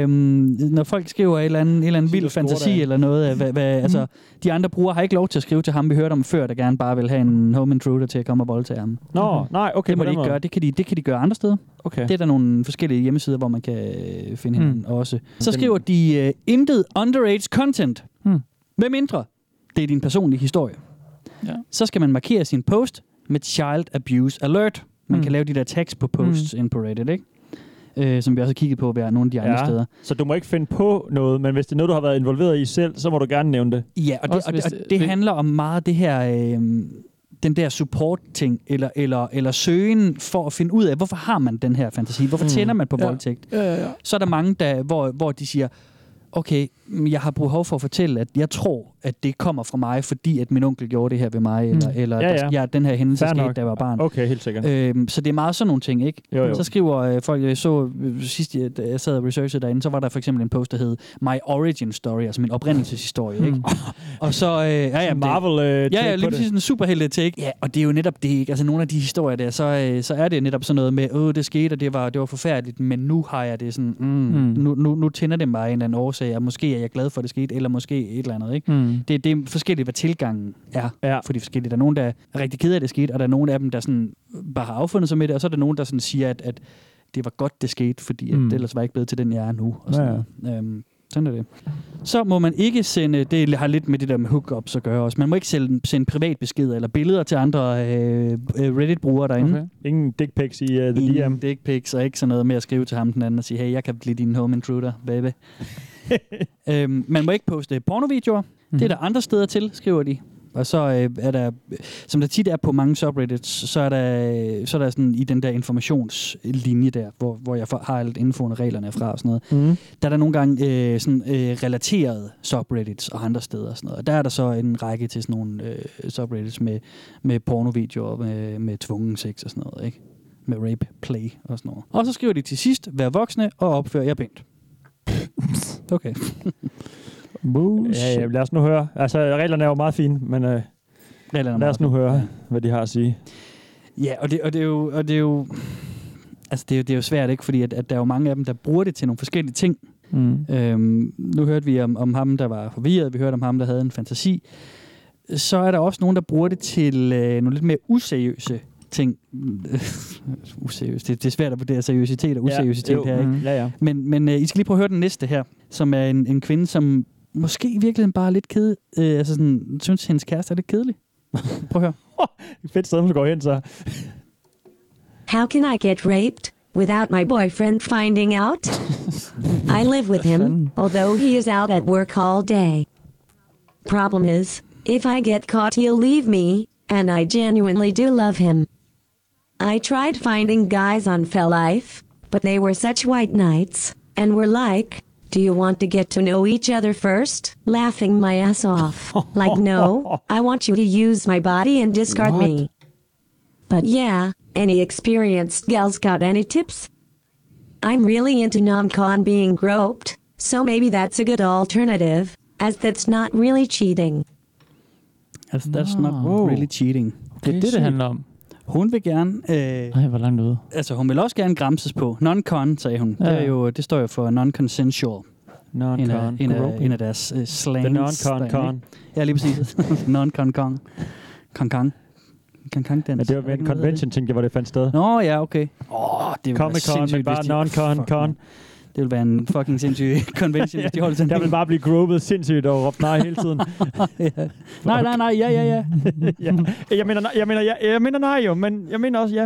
når folk skriver et eller andet vild fantasi eller noget, altså, de andre brugere har ikke lov til at skrive til ham, vi hørte om før, der gerne bare vil have en home intruder til at komme og voldtage ham. Nej, okay. Det må de ikke gøre. Det kan de gøre andre steder. Okay. Det er der nogle forskellige hjemmesider, hvor man kan finde hende også. Så skriver de, intet underage content. Med mindre, det er din personlige historie. Ja. Så skal man markere sin post med child abuse alert. Man kan lave de der tags på posts ind på Reddit, ikke? Som vi også har kigget på ved nogle af de andre steder. Så du må ikke finde på noget, men hvis det er noget, du har været involveret i selv, så må du gerne nævne det. Ja, og det handler om meget det her, den der support-ting, eller søgen for at finde ud af, hvorfor har man den her fantasi? Hvorfor tænder man på voldtægt? Ja. Så er der mange, hvor de siger, okay, jeg har behov for at fortælle, at jeg tror, at det kommer fra mig, fordi at min onkel gjorde det her ved mig, eller den her hændelse skete, da jeg var barn. Okay, helt sikkert. Så det er meget sådan nogle ting, ikke? Jo. Så skriver folk, jeg så sidst, jeg sad og researchede derinde, så var der for eksempel en post, der hed My Origin Story, altså min oprindelseshistorie, ikke? Og så... Marvel lige præcis en superhelte take. Ja, og det er jo netop det, ikke? Altså nogle af de historier der, så er det netop sådan noget med, det skete, og det var forfærdeligt, men nu har jeg det sådan, nu tænder det mig en eller anden årsag, og måske er jeg glad for, at det skete, eller måske et eller andet, ikke? Det er forskelligt, hvad tilgangen er for de forskellige. Der er nogen, der er rigtig ked af, at det skete, og der er nogen af dem, der sådan bare har affundet sig med det, og så er der nogen, der sådan siger, at det var godt, det skete, fordi at det ellers var ikke blevet til den, jeg er nu. Og sådan. Sådan er det. Så må man ikke sende, det har lidt med det der med hookups at gøre også, man må ikke sende privatbeskeder eller billeder til andre Reddit-brugere derinde. Okay. Ingen dick pics i the DM. Ingen dick pics, og ikke sådan noget med at skrive til ham den anden og sige, hey, jeg kan blive din home intruder, baby. Man må ikke poste pornovideoer. Det er der andre steder til, skriver de. Og så er der, som der tit er på mange subreddits, så er der sådan i den der informationslinje der, hvor jeg har alt infoen og reglerne fra og sådan noget. Der er der nogle gange relaterede subreddits og andre steder og sådan noget. Og der er der så en række til sådan nogle subreddits med pornovideoer, med tvungen sex og sådan noget, ikke? Med rape play og sådan noget. Og så skriver de til sidst, vær voksne og opfør jer pænt. Okay. Ja, lad os nu høre. Altså, reglerne er jo meget fine, men lad os nu høre, hvad de har at sige. Ja, og det er jo altså det er jo svært, ikke? Fordi at der er jo mange af dem, der bruger det til nogle forskellige ting. Nu hørte vi om ham, der var forvirret. Vi hørte om ham, der havde en fantasi. Så er der også nogen, der bruger det til nogle lidt mere useriøse ting. Useriøst. Det er svært at vurdere seriøsitet og useriøsitet her, ikke? Ja. Men I skal lige prøve at høre den næste her, som er en kvinde, som måske i virkeligheden bare er lidt kedelig. Altså sådan, synes hendes kæreste er lidt kedelig. Prøv at høre. Fedt sted, man går hen, så. How can I get raped without my boyfriend finding out? I live with him, although he is out at work all day. Problem is, if I get caught, he'll leave me, and I genuinely do love him. I tried finding guys on FetLife, but they were such white knights, and were like, do you want to get to know each other first? Laughing my ass off. Like, no, I want you to use my body and discard me. But yeah, any experienced gals got any tips? I'm really into non-con being groped, so maybe that's a good alternative, as that's not really cheating. As that's not really cheating. Det er det handler om. Hun vil gerne... hvor langt ude. Altså, hun vil også gerne gramses på. Non-con, sagde hun. Ja. Det står jo for non-consensual. Non-con. En af deres slangs. The non-con-con. Ja, lige præcis. Non-con-con. Con-con. Con-con-dans. Men det var med en convention, tænkte jeg, hvor det fandt sted. Nå, ja, okay. Det Comic-Con, men bare non-con-con. Det vil være en fucking sindssyg convention, hvis de holder sådan. Der vil bare blive gropet sindssygt og råbt nej hele tiden. Nej, ja. Jeg mener nej jo, men jeg mener også ja.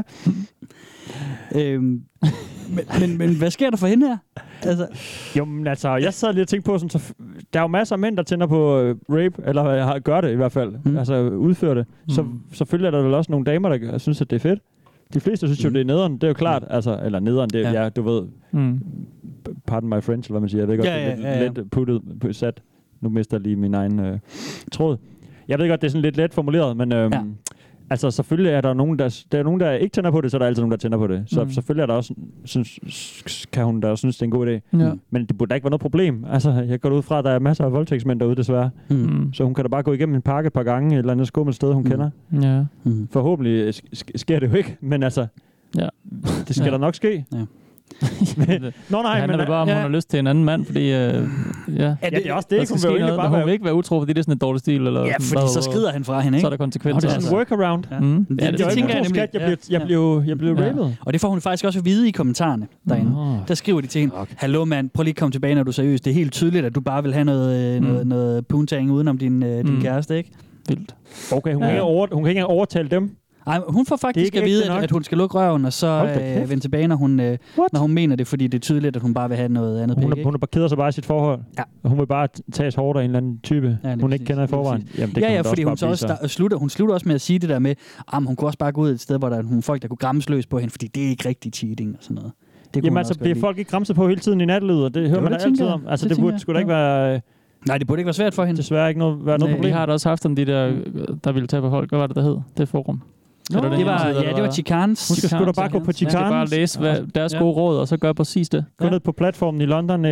Men hvad sker der for hende her? Altså. Jo, men altså, jeg sad lige og tænkte på, sådan, så der er jo masser af mænd, der tænder på rape, eller gør det i hvert fald, altså udfører det. Så selvfølgelig er der vel også nogle damer, der synes, at det er fedt. De fleste synes jo, det er nederen, det er jo klart, altså, eller nederen, det er, du ved, pardon my French, eller hvad man siger, jeg ved godt, det er lidt puttet på sat. Nu mister jeg lige min egen tråd. Jeg ved godt, det er sådan lidt let formuleret, men altså selvfølgelig er der nogen, der ikke tænder på det, så er der altid nogen, der tænder på det. Så selvfølgelig er der også, kan hun da også synes, det er en god idé. Ja. Men det burde da ikke være noget problem. Altså, jeg går ud fra, at der er masser af voldtægtsmænd derude, desværre. Så hun kan da bare gå igennem en park et par gange, et eller andet skummelt sted, hun kender. Ja. Forhåbentlig sker det jo ikke, men altså, det skal der nok ske. Ja. Nej, det handler bare om, hun har lyst til en anden mand, fordi det er også det, hun vil ikke bare hun vil ikke være utro, fordi det er sådan en dårlig stil. Eller ja, fordi så skrider han fra hende, ikke? Så er der konsekvenser. Det er sådan en workaround. Det tænker jeg nemlig. Jeg blev raped. Og det får hun faktisk også at vide i kommentarerne derinde. Der skriver de til hende, hallo mand, prøv lige at komme tilbage, når du er seriøs. Det er helt tydeligt, at du bare vil have noget poontang udenom din kæreste, ikke? Vildt. Okay, hun kan ikke engang overtale dem. Ej, hun får faktisk at vide, at hun skal lukke røven, og så vende tilbage, når hun mener det, fordi det er tydeligt, at hun bare vil have noget andet pæk. Hun parkerer sig bare i sit forhold. Ja. Og hun vil bare tages hårdt af en eller anden type, hun ikke kender i forvejen. Jamen, fordi hun så også hun slutter også med at sige det der med, hun kunne også bare gå ud et sted, hvor der er nogle folk, der kunne grammes løs på hende, fordi det er ikke rigtig cheating og sådan noget. Jamen altså, bliver folk ikke gramset på hele tiden i nattelivet, og det hører man da altid om. Altså, det burde sgu da ikke være... Nej, det burde ikke være svært for hende. Desværre ikke være noget problem. Vi har da også haft om de der ville tage på folk. Hvad var det, der hed? Det forum. Det var Chicanes. Hun skal bare gå på Chicanes. Hun skal bare læse deres gode råd, og så gøre præcis det. Gå ned på platformen i London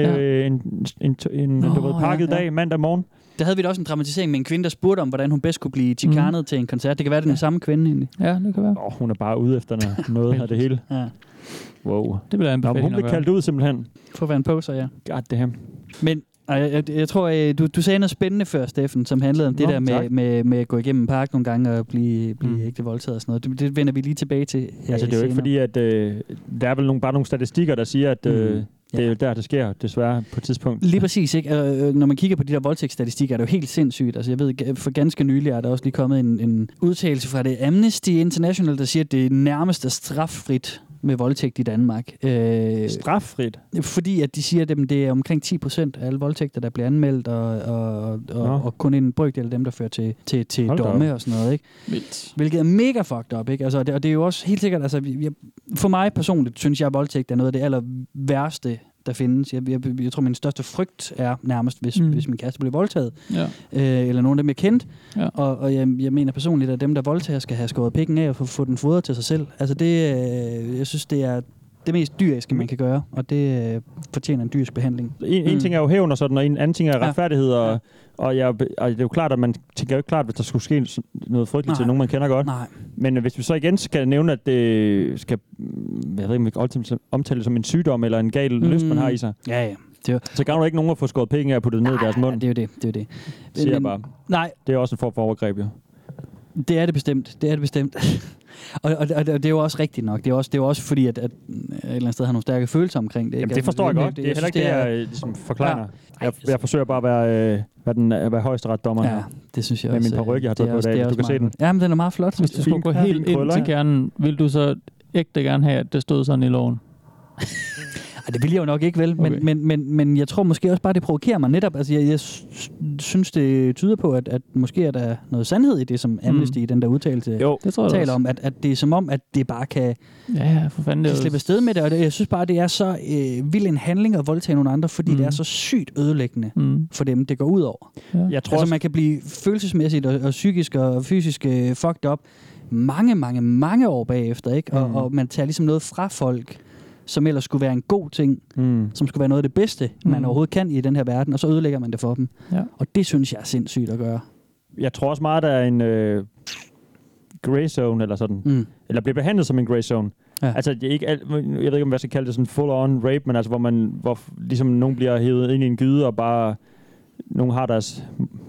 en pakket dag, mandag morgen. Der havde vi da også en dramatisering med en kvinde, der spurgte om, hvordan hun bedst kunne blive chicanet til en koncert. Det kan være, det er den samme kvinde egentlig. Ja, det kan være. Hun er bare ude efter noget af det hele. Ja. Wow. Det bliver en hun blev kaldt ud simpelthen. For at være en poser, ja. God damn. Men jeg tror, du sagde noget spændende før, Steffen, som handlede om det der med at gå igennem en park nogle gange og blive ægte voldtaget og sådan noget. Det vender vi lige tilbage til. Altså, det er jo ikke fordi, at der er vel bare nogle statistikker, der siger, at det er jo der, det sker, desværre, på et tidspunkt. Lige præcis, ikke? Når man kigger på de der voldtægtsstatistikker, er det jo helt sindssygt. Altså, jeg ved, for ganske nylig er der også lige kommet en udtalelse fra det Amnesty International, der siger, at det er nærmest straffrit med voldtægt i Danmark. Straffrit? Fordi at de siger, at det er omkring 10% af alle voldtægter, der bliver anmeldt, og kun en brøkdel af dem, der fører til domme og sådan noget. Ikke? Hvilket er mega fucked up. Ikke? Altså, og det er jo også helt sikkert, altså, for mig personligt synes jeg, at voldtægt er noget af det aller værste, der findes. Jeg tror, min største frygt er nærmest, hvis min kæreste bliver voldtaget. Ja. Eller nogen af dem, jeg kendt. Ja. Og jeg mener personligt, at dem, der voldtager, skal have skåret pikken af og få den fodret til sig selv. Altså jeg synes, det er det mest dyriske, man kan gøre, og det fortjener en dyrisk behandling. En ting er jo hævn og sådan, og en anden ting er retfærdighed, og det er jo klart, at man tænker jo ikke klart, hvis der skulle ske noget frygteligt til nogen, man kender godt. Nej. Men hvis vi så igen skal nævne, at det skal, jeg ved ikke, om vi kan omtale det som en sygdom eller en gal lyst, man har i sig. Ja. Så gavner ikke nogen at få skåret penge af og puttet ned i deres mund. Det er jo det. Siger jeg bare. Nej. Det er også en form for overgreb, jo. Det er det bestemt. Og det er jo også rigtigt nok. Det er jo også fordi, at et eller andet sted har nogle stærke følelser omkring det. Ikke? Jamen, det forstår jeg godt. Det er heller ikke det, jeg ligesom forklarer. Ja. Jeg forsøger bare at være højesteretsdommer her. Det synes jeg med også. Med min paryk, jeg har taget på i dag. Du kan se den. Ja, men den er meget flot. Hvis du skulle gå helt ind til kernen, vil du så ægte gerne have, at det stod sådan i loven? Det vil jeg jo nok ikke, vel? Okay. Men jeg tror måske også bare, det provokerer mig netop. Altså, jeg synes, det tyder på, at måske er der noget sandhed i det, som Amnesty i den der udtalelse taler om. At det er som om, at det bare kan slippe afsted med det. Og jeg synes bare, det er så vild en handling at voldtage nogle andre, fordi det er så sygt ødelæggende for dem, det går ud over. Ja. Jeg tror man kan blive følelsesmæssigt og psykisk og fysisk fucked up mange år bagefter, ikke? Og man tager ligesom noget fra folk, som ellers skulle være en god ting, som skulle være noget af det bedste, man overhovedet kan i den her verden, og så ødelægger man det for dem. Ja. Og det synes jeg er sindssygt at gøre. Jeg tror også meget, der er en gray zone, eller sådan. Eller bliver behandlet som en gray zone. Ja. Altså, jeg ved ikke, om jeg skal kalde det sådan full-on rape, men altså, hvor ligesom nogen bliver hævet ind i en gyde, og bare nogen har deres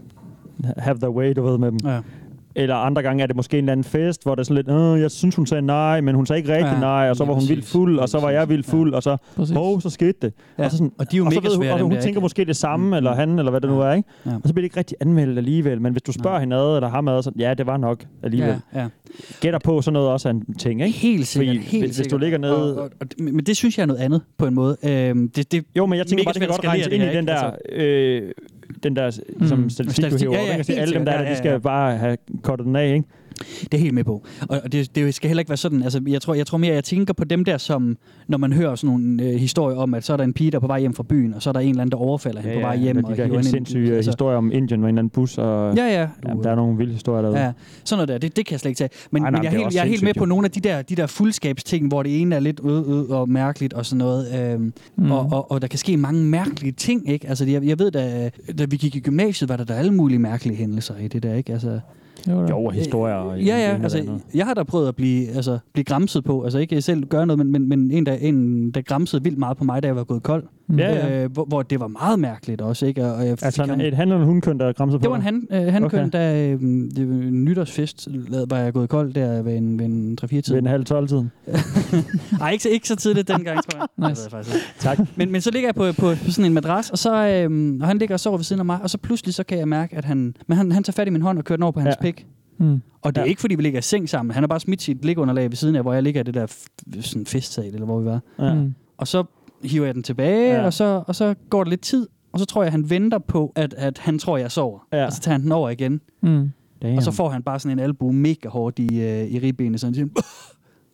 have their way, du ved, med dem. Ja. Eller andre gange er det måske en eller anden fest, hvor der er sådan lidt, jeg synes, hun sagde nej, men hun sagde ikke rigtig nej, og så var hun vildt fuld, og så var jeg vildt fuld, og så, så skete det. Ja. Og, så sådan, og de er jo mega svære, og hun tænker måske det samme, eller han, eller hvad det nu er, ikke? Ja. Og så bliver det ikke rigtig anmeldt alligevel, men hvis du spørger hende ad, eller ham ad, så ja, det var nok alligevel. Ja. Gætter på sådan noget også er en ting, ikke? Helt sikkert, hvis du ligger nede... Men det synes jeg er noget andet, på en måde. Jo, men jeg tænker bare, det kan godt regnes ind i den der... den der som statistik, du hæver, alle dem der, de skal bare have kortet den af, ikke? Det er helt med på. Og det skal heller ikke være sådan. Altså, jeg tror mere, jeg tænker på dem der, som når man hører sådan nogle historier om, at så er der en pige, der er på vej hjem fra byen, og så er der en eller anden, der overfalder hende på vej hjem. Og de der helt sindssyge historier om Indien med en eller anden bus. Og, ja. Der er nogle vilde historier derude. Ja, sådan noget der. Det kan jeg slet ikke tage. Men jeg er helt med på nogle af de der fuldskabsting, hvor det ene er lidt og mærkeligt og sådan noget. Og der kan ske mange mærkelige ting, ikke? Altså, jeg ved, da vi gik i gymnasiet, var der alle mulige mærkelige hændelser i det der, ikke? Altså... Jo, historier. Ja, altså, jeg har da prøvet at blive gramset på, altså ikke selv gøre noget, men en der gramsede vildt meget på mig, da jeg var gået kold. Hvor det var meget mærkeligt også, ikke? Og altså et han- eller hunkøn, der gramsede på? Det var en hankøn, da nytårsfest var jeg gået kold der ved en 3-4 tid. Ved en halv 12-tiden? Nej, ikke så tidligt dengang, tror jeg. Nice. Tak. Men så ligger jeg på sådan en madras, og så og han ligger og sover ved siden af mig, og så pludselig så kan jeg mærke, at han tager fat i min hånd og kører den over på hans pik. Og det er ikke, fordi vi ligger i seng sammen. Han har bare smidt sit ligunderlag ved siden af, hvor jeg ligger i det der sådan festsal, eller hvor vi var. Og så hiver jeg den tilbage, og så går der lidt tid, og så tror jeg, han venter på, at han tror, jeg sover. Og så tager han den over igen. Og så får han bare sådan en albue mega hårdt i ribbenet, sådan siger,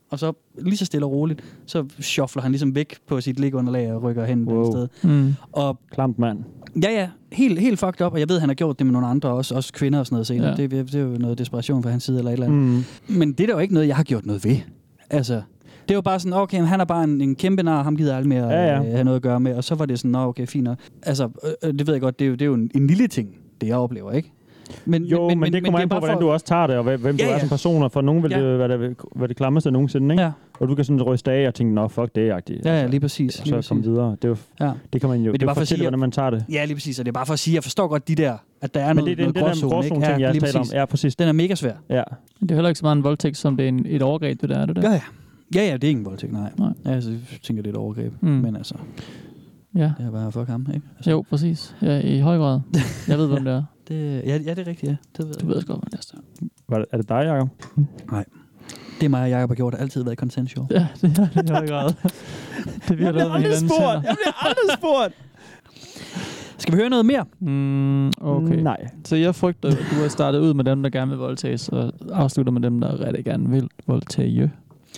og så lige så stille og roligt, så shuffler han ligesom væk på sit ligunderlag og rykker hen et sted. Og klamt mand. Ja, helt fucked up, og jeg ved, han har gjort det med nogle andre, også kvinder og sådan noget senere. Ja. Det er jo noget desperation fra hans side eller et eller andet. Men det er da jo ikke noget, jeg har gjort noget ved. Altså, det er jo bare sådan, okay, han er bare en kæmpe nar, ham gider aldrig mere have noget at gøre med, og så var det sådan, okay, fint. Altså, det ved jeg godt, det er jo en lille ting, det jeg oplever, ikke? Men det kommer an på, hvordan du også tager det, og hvem du er som person, og for nogen vil det være det klammeste nogensinde, ikke? Ja. Og du kan sådan ryste af og tænke, nå, fuck, det er agtigt. Ja, lige præcis. Og så komme videre. Det, det kan man jo. Det er bare for at sige, hvordan man tager det. Ja, lige præcis. Og det er bare for at sige, jeg forstår godt de der, at der er noget gråzone, ikke? Ja, jeg taler om. Ja, præcis. Den er mega svær. Ja. Det er heller ikke så meget en voldtægt, som det er et overgreb, det der, er det der? Ja, det er ikke en voldtægt, nej. Ja, altså, jeg tænker, det er et overgreb. Men altså, det er bare fuck ham, ikke? Altså. Jo, præcis. Ja, i høj grad. Jeg ved, hvem det er. Det er rigtigt, ja. Det ved du ved godt, hvad det er. Er det dig, Jacob? Nej. Det er mig og Jacob har gjort, altid været consensual. Ja, det er det i høj grad. Jeg bliver aldrig spurgt! Skal vi høre noget mere? Okay. Nej. Så jeg frygter, at du har startet ud med dem, der gerne vil voldtages, og afslutter med dem, der rigtig gerne vil voldtage.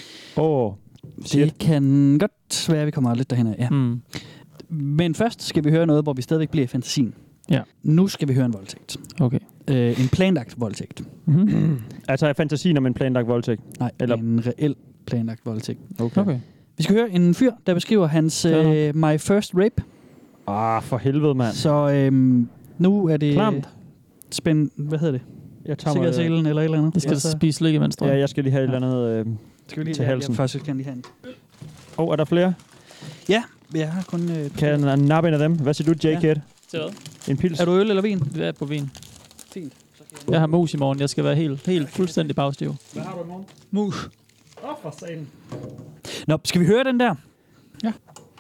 Det kan godt være, at vi kommer lidt derhen af, ja. Men først skal vi høre noget, hvor vi stadigvæk bliver i fantasien. Ja. Nu skal vi høre en voldtægt. Okay. En planlagt voldtægt. Altså er fantasien om en planlagt voldtægt? Nej, eller en reel planlagt voldtægt. Okay. Vi skal høre en fyr, der beskriver hans My First Rape. For helvede, mand. Så nu er det... Klamt. Hvad hedder det? Jeg tager sikkerhedsselen eller et eller andet. Det skal spise slik imens, tror jeg. Ja, jeg skal lige have et eller andet skal vi lige til halsen. Først skal jeg lige have en. Er der flere? Ja, jeg har kun... Kan jeg nappe en af dem? Hvad siger du, J-Kid? Til hvad? En pils. Er du øl eller vin? Det er på vin. Fint. Jeg har mus i morgen. Jeg skal være helt fuldstændig bagstiv. Hvad har du i morgen? Mus. For satan. Nå, skal vi høre den der? Ja.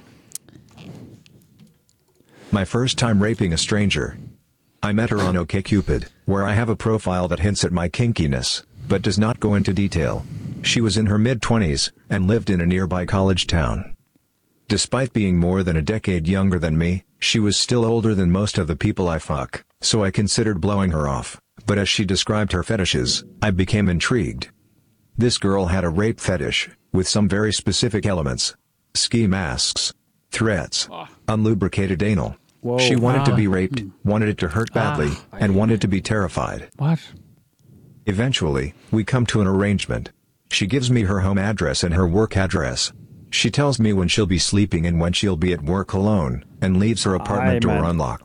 My first time raping a stranger. I met her on OkCupid, where I have a profile that hints at my kinkiness, but does not go into detail. She was in her mid-20s, and lived in a nearby college town. Despite being more than a decade younger than me, she was still older than most of the people I fuck, so I considered blowing her off, but as she described her fetishes, I became intrigued. This girl had a rape fetish, with some very specific elements. Ski masks, threats, unlubricated anal. Whoa. She wanted to be raped, wanted it to hurt badly, and wanted to be terrified. What? Eventually, we come to an arrangement. She gives me her home address and her work address. She tells me when she'll be sleeping and when she'll be at work alone, and leaves her apartment door unlocked.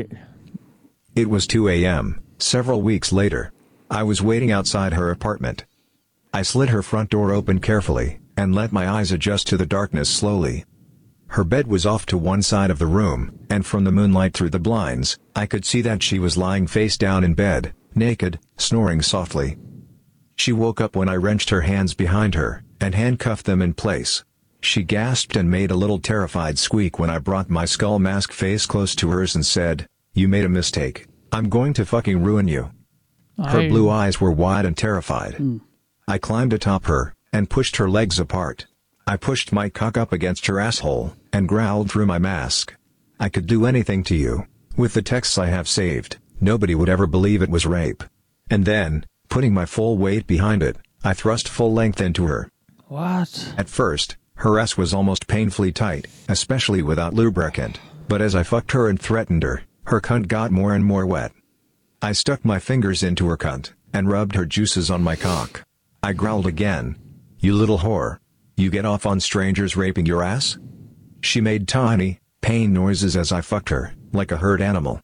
It was 2 a.m., several weeks later. I was waiting outside her apartment. I slid her front door open carefully, and let my eyes adjust to the darkness slowly. Her bed was off to one side of the room, and from the moonlight through the blinds, I could see that she was lying face down in bed, naked, snoring softly. She woke up when I wrenched her hands behind her, and handcuffed them in place. She gasped and made a little terrified squeak when I brought my skull mask face close to hers and said, "You made a mistake. I'm going to fucking ruin you." Her blue eyes were wide and terrified. I climbed atop her, and pushed her legs apart. I pushed my cock up against her asshole, and growled through my mask. "I could do anything to you. With the texts I have saved, nobody would ever believe it was rape." And then, putting my full weight behind it, I thrust full length into her. What? At first, her ass was almost painfully tight, especially without lubricant, but as I fucked her and threatened her, her cunt got more and more wet. I stuck my fingers into her cunt, and rubbed her juices on my cock. I growled again. "You little whore. You get off on strangers raping your ass?" She made tiny, pain noises as I fucked her, like a hurt animal.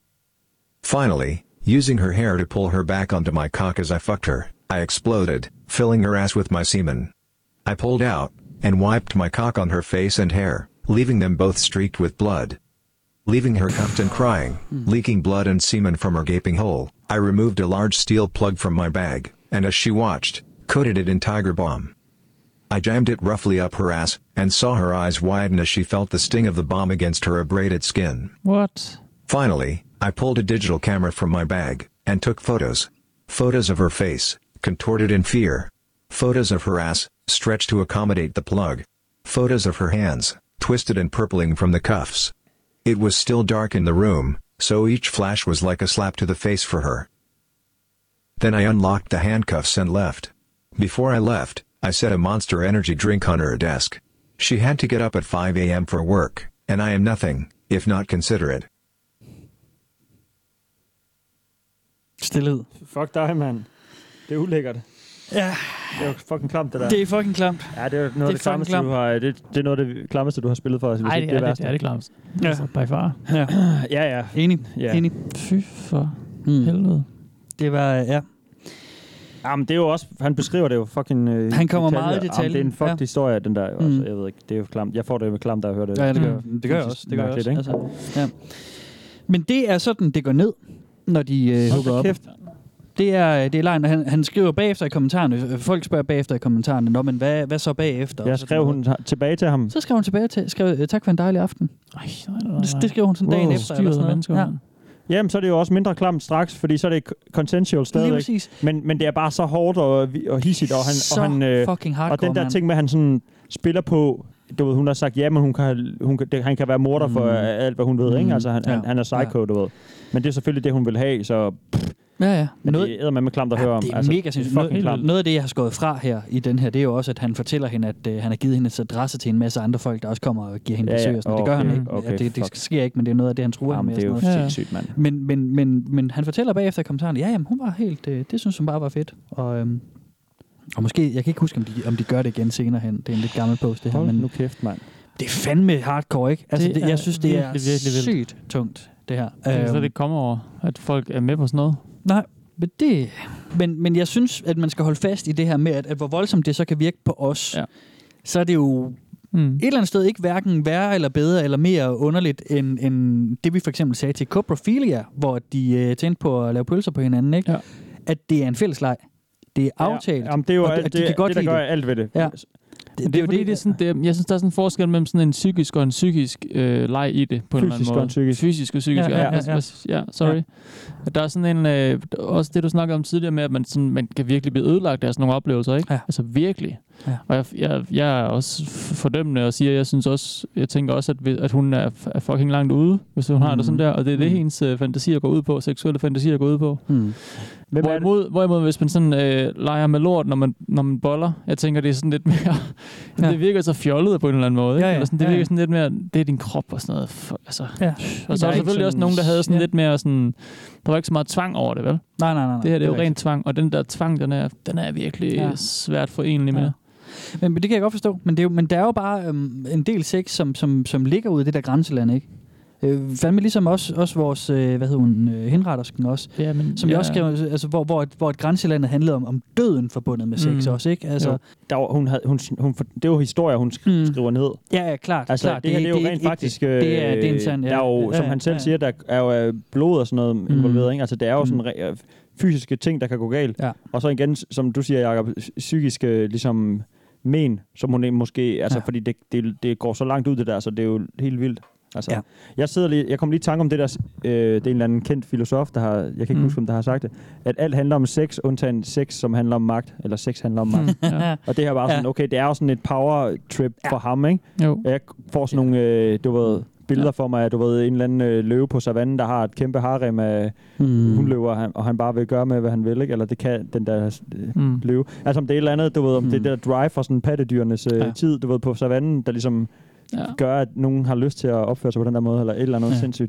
Finally, using her hair to pull her back onto my cock as I fucked her, I exploded, filling her ass with my semen. I pulled out, and wiped my cock on her face and hair, leaving them both streaked with blood. Leaving her cuffed and crying, leaking blood and semen from her gaping hole, I removed a large steel plug from my bag, and as she watched, coated it in Tiger Balm. I jammed it roughly up her ass, and saw her eyes widen as she felt the sting of the bomb against her abraded skin. What? Finally, I pulled a digital camera from my bag, and took photos. Photos of her face, contorted in fear. Photos of her ass, stretched to accommodate the plug. Photos of her hands, twisted and purpling from the cuffs. It was still dark in the room, so each flash was like a slap to the face for her. Then I unlocked the handcuffs and left. Before I left, I set a Monster Energy drink on her desk. She had to get up at 5 a.m. for work, and I am nothing, if not considerate. Stilhed. Fuck dig, mand. Det er ulækkert. Ja. Det er jo fucking klamt, det der. Det er fucking klamt. Ja, det er noget af det klammeste, du har... Det er noget af det klammeste, du har spillet for os. Nej, det er det klammeste. Ja. Altså, by far. Ja. Ja. Enig. Ja. Enig. Fy for helvede. Det var, ja. Jamen, det er jo også... Han beskriver det jo fucking... Han kommer meget i detaljen. Det er en fucked historie, den der. Altså, jeg ved ikke, det er jo klamt. Jeg får det jo klamt, da jeg hører det. Ja, det gør jeg også. Det gør jeg også. Altså, ja. Men det er sådan, det går ned, når de hugger op. Kæft. Det er lejen, han skriver bagefter i kommentarerne. Folk spørger bagefter i kommentarerne. Nå, men hvad så bagefter? Ja, skrev hun tilbage til ham? Så skrev hun tilbage til... tak for en dejlig aften. Det skrev hun sådan dagen efter. Eller sådan noget. Ja. Jamen, så er det jo også mindre klamt straks, fordi så er det consensual stadigvæk. Men det er bare så hårdt og hissigt, og han fucking hardcore, og den der ting med, at han sådan spiller på... Du ved, hun har sagt, ja, men han kan være morder for alt, hvad hun ved, ikke? Altså, han er psycho, du ved. Men det er selvfølgelig det, hun vil have, så... Ja. Men det æder man med klamt at høre om. Det er mega sindssygt. Noget af det, jeg har skåret fra her i den her, det er jo også, at han fortæller hende, at han har givet hendes adresse til en masse andre folk, der også kommer og giver hende besøg. Det gør han ikke. Okay, det sker ikke, men det er noget af det, han truer med. Det er jo sindssygt, mand. Men han fortæller bagefter i kommentaren, jamen, hun var helt... det synes hun bare var fedt. Og måske... Jeg kan ikke huske, om de gør det igen senere hen. Det er en lidt gammel post, det her. Men nu kæft, mand. Det er fandme hardcore, ikke? Altså, jeg synes, det er virkelig sygt tungt, det her. Så det kommer over, at folk er med på sådan noget? Nej, men jeg synes, at man skal holde fast i det her med, at hvor voldsomt det så kan virke på os, så er det jo et eller andet sted ikke hverken værre eller bedre eller mere underligt, end det vi for eksempel sagde til coprophilia, hvor de tændte på at lave pølser på hinanden, ikke? Ja. At det er en fælles leg. Det er aftalt. Jamen, det er jo alt, det der gør alt ved det. Ja. Det er fordi, det er sådan, jeg synes, der er sådan en forskel mellem sådan en psykisk og en psykisk leg i det, på en eller anden måde. Og en psykisk. Fysisk og psykisk. Sorry. Der er sådan en, også det, du snakkede om tidligere med, at man kan virkelig blive ødelagt af sådan nogle oplevelser, ikke? Ja. Altså virkelig. Ja. Og jeg er også fordømmende og siger, jeg tænker også, at hun er fucking langt ude, hvis hun har det sådan der, og det er det, hendes fantasier går ud på, seksuelle fantasier går ud på. Hvorimod, hvis man sådan leger med lort, når man boller, jeg tænker, det er sådan lidt mere... det virker så fjollet på en eller anden måde. Ikke? Eller sådan, det virker sådan lidt mere... Det er din krop og sådan noget. Altså. Ja. Og så er der selvfølgelig også nogen, der havde sådan lidt mere sådan... Der var ikke så meget tvang over det, vel? Nej. Det her det er jo rent tvang, og den der tvang, den er virkelig svært forenelig med. Men det kan jeg godt forstå. Men der er jo bare en del sex, som ligger ude i det der grænseland, ikke? Fandme ligesom også vores, henrettersken også, som jeg også skrev, altså, hvor et grænselandet handlede om døden forbundet med sex også, ikke? Altså, det er jo historier, hun skriver ned. Ja, klart. Altså, klart. Det her, det er jo rent faktisk... Det er en sand, der er jo, som han selv siger, der er jo blod og sådan noget involveret, ikke? Altså, det er jo sådan fysiske ting, der kan gå galt. Ja. Og så igen, som du siger, Jacob, psykiske, ligesom... men, som hun måske, altså fordi det går så langt ud det der, så det er jo helt vildt. Altså, jeg kom lige i tanke om det der, det er en eller anden kendt filosof, der har, jeg kan ikke huske, om der har sagt det, at alt handler om sex, undtagen sex, som handler om magt, eller sex handler om magt. Og det her bare sådan, okay, det er jo sådan et power trip for ham, ikke? Jo. Jeg får sådan nogle, billeder for mig af, en eller anden løve på savannen, der har et kæmpe harem af hundløver, og han bare vil gøre med, hvad han vil, ikke? Eller det kan den der løve. Altså om det er et eller andet, om det der drive for sådan pattedyrenes tid, på savannen, der ligesom gør, at nogen har lyst til at opføre sig på den der måde, eller et eller andet sindssygt.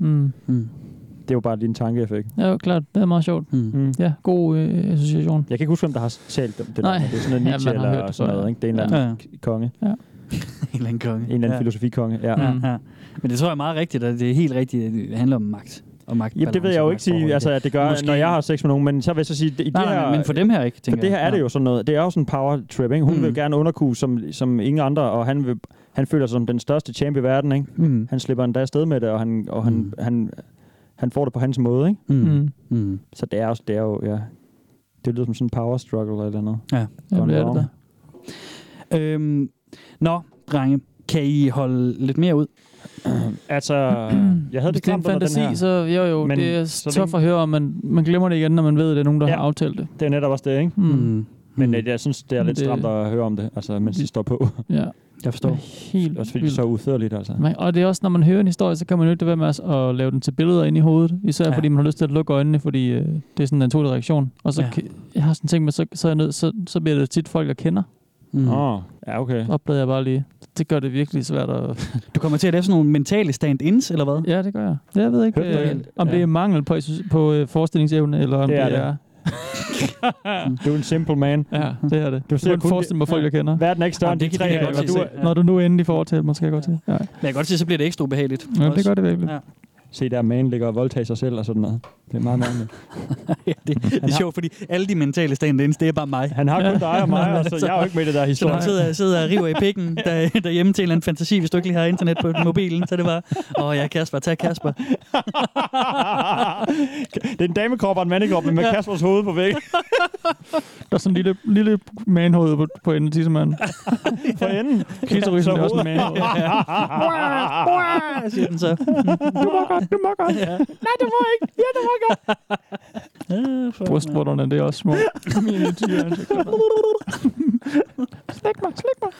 Det er jo bare lige en tankeeffekt. Ja, klart. Det er meget sjovt. Ja, god association. Jeg kan ikke huske, om der har talt om det. Nej. Det er sådan noget Nietzsche eller sådan noget, ikke? Det er en eller anden konge. Ja. En eller anden konge. En eller anden filosofikonge, ja. Men det tror jeg er meget rigtigt, at det er helt rigtigt, at det handler om magt. Jamen, det ved jeg jo ikke sige, altså, at det gør, måske, når jeg har sex med nogen, men så vil jeg så sige... det her, men for dem her ikke, tænker jeg. For det her er det jo sådan noget, det er jo sådan en power trip, ikke? Hun vil gerne underkue som ingen andre, og han føler sig som den største champ i verden, ikke? Han slipper endda afsted med det, og han får det på hans måde, ikke? Så det er jo, det lyder som sådan en power struggle eller noget. Ja, det er det der. Nå, drenge, kan I holde lidt mere ud? Altså, jeg havde det klamt under den her. Så jo, men det er tough at høre, men man glemmer det igen, når man ved, at det er nogen, der har aftalt det. Det er netop også det, ikke? Men jeg synes, det er lidt stramt at høre om det, altså, mens de står på. Ja, jeg forstår. Helt også fordi det er så udførligt, altså. Og det er også, når man hører en historie, så kan man jo ikke være med at lave den til billeder ind i hovedet. Især fordi man har lyst til at lukke øjnene, fordi det er sådan en naturlig reaktion. Og så jeg har sådan tænkt mig, så bliver det tit folk, jeg kender. Ja, okay. Oplevede jeg bare lige. Det gør det virkelig svært at... Du kommer til at lave sådan nogle mentale stand-ins, eller hvad? Ja, det gør jeg. Jeg ved ikke, om det er mangel på forestillingsevne, eller om det er... Du er en simple man. Ja, det er det. Du kan forestille mig, folk jeg kender. Verden er ikke større end de 3 dage. Når du nu endelig fortæller mig, skal jeg godt til. Ja. Men jeg kan godt se, så bliver det ekstra ubehageligt. Ja, det gør det virkelig. Ja. Se der, man ligger og voldtager sig selv og sådan noget. Det er meget mærkeligt. Ja, det er sjovt, fordi alle de mentale stand-ins, det er bare mig. Han har kun dig og mig, så jeg er jo ikke med i det der historie. Så du sidder og river i pikken derhjemme til en eller anden fantasi, hvis du ikke lige har internet på mobilen, så det var, ja, Kasper, tag Kasper. Det er en damekrop og en mandekrop med Kaspers hoved på væggen. Der er sådan en lille manhoved på enden, tissemanden. For enden? Klitorisen er også en manhoved. Siger den så. Du må godt. Ja. Nej, du må ikke. Ja, du må godt. Brystvorterne, det er også små. Slik mig.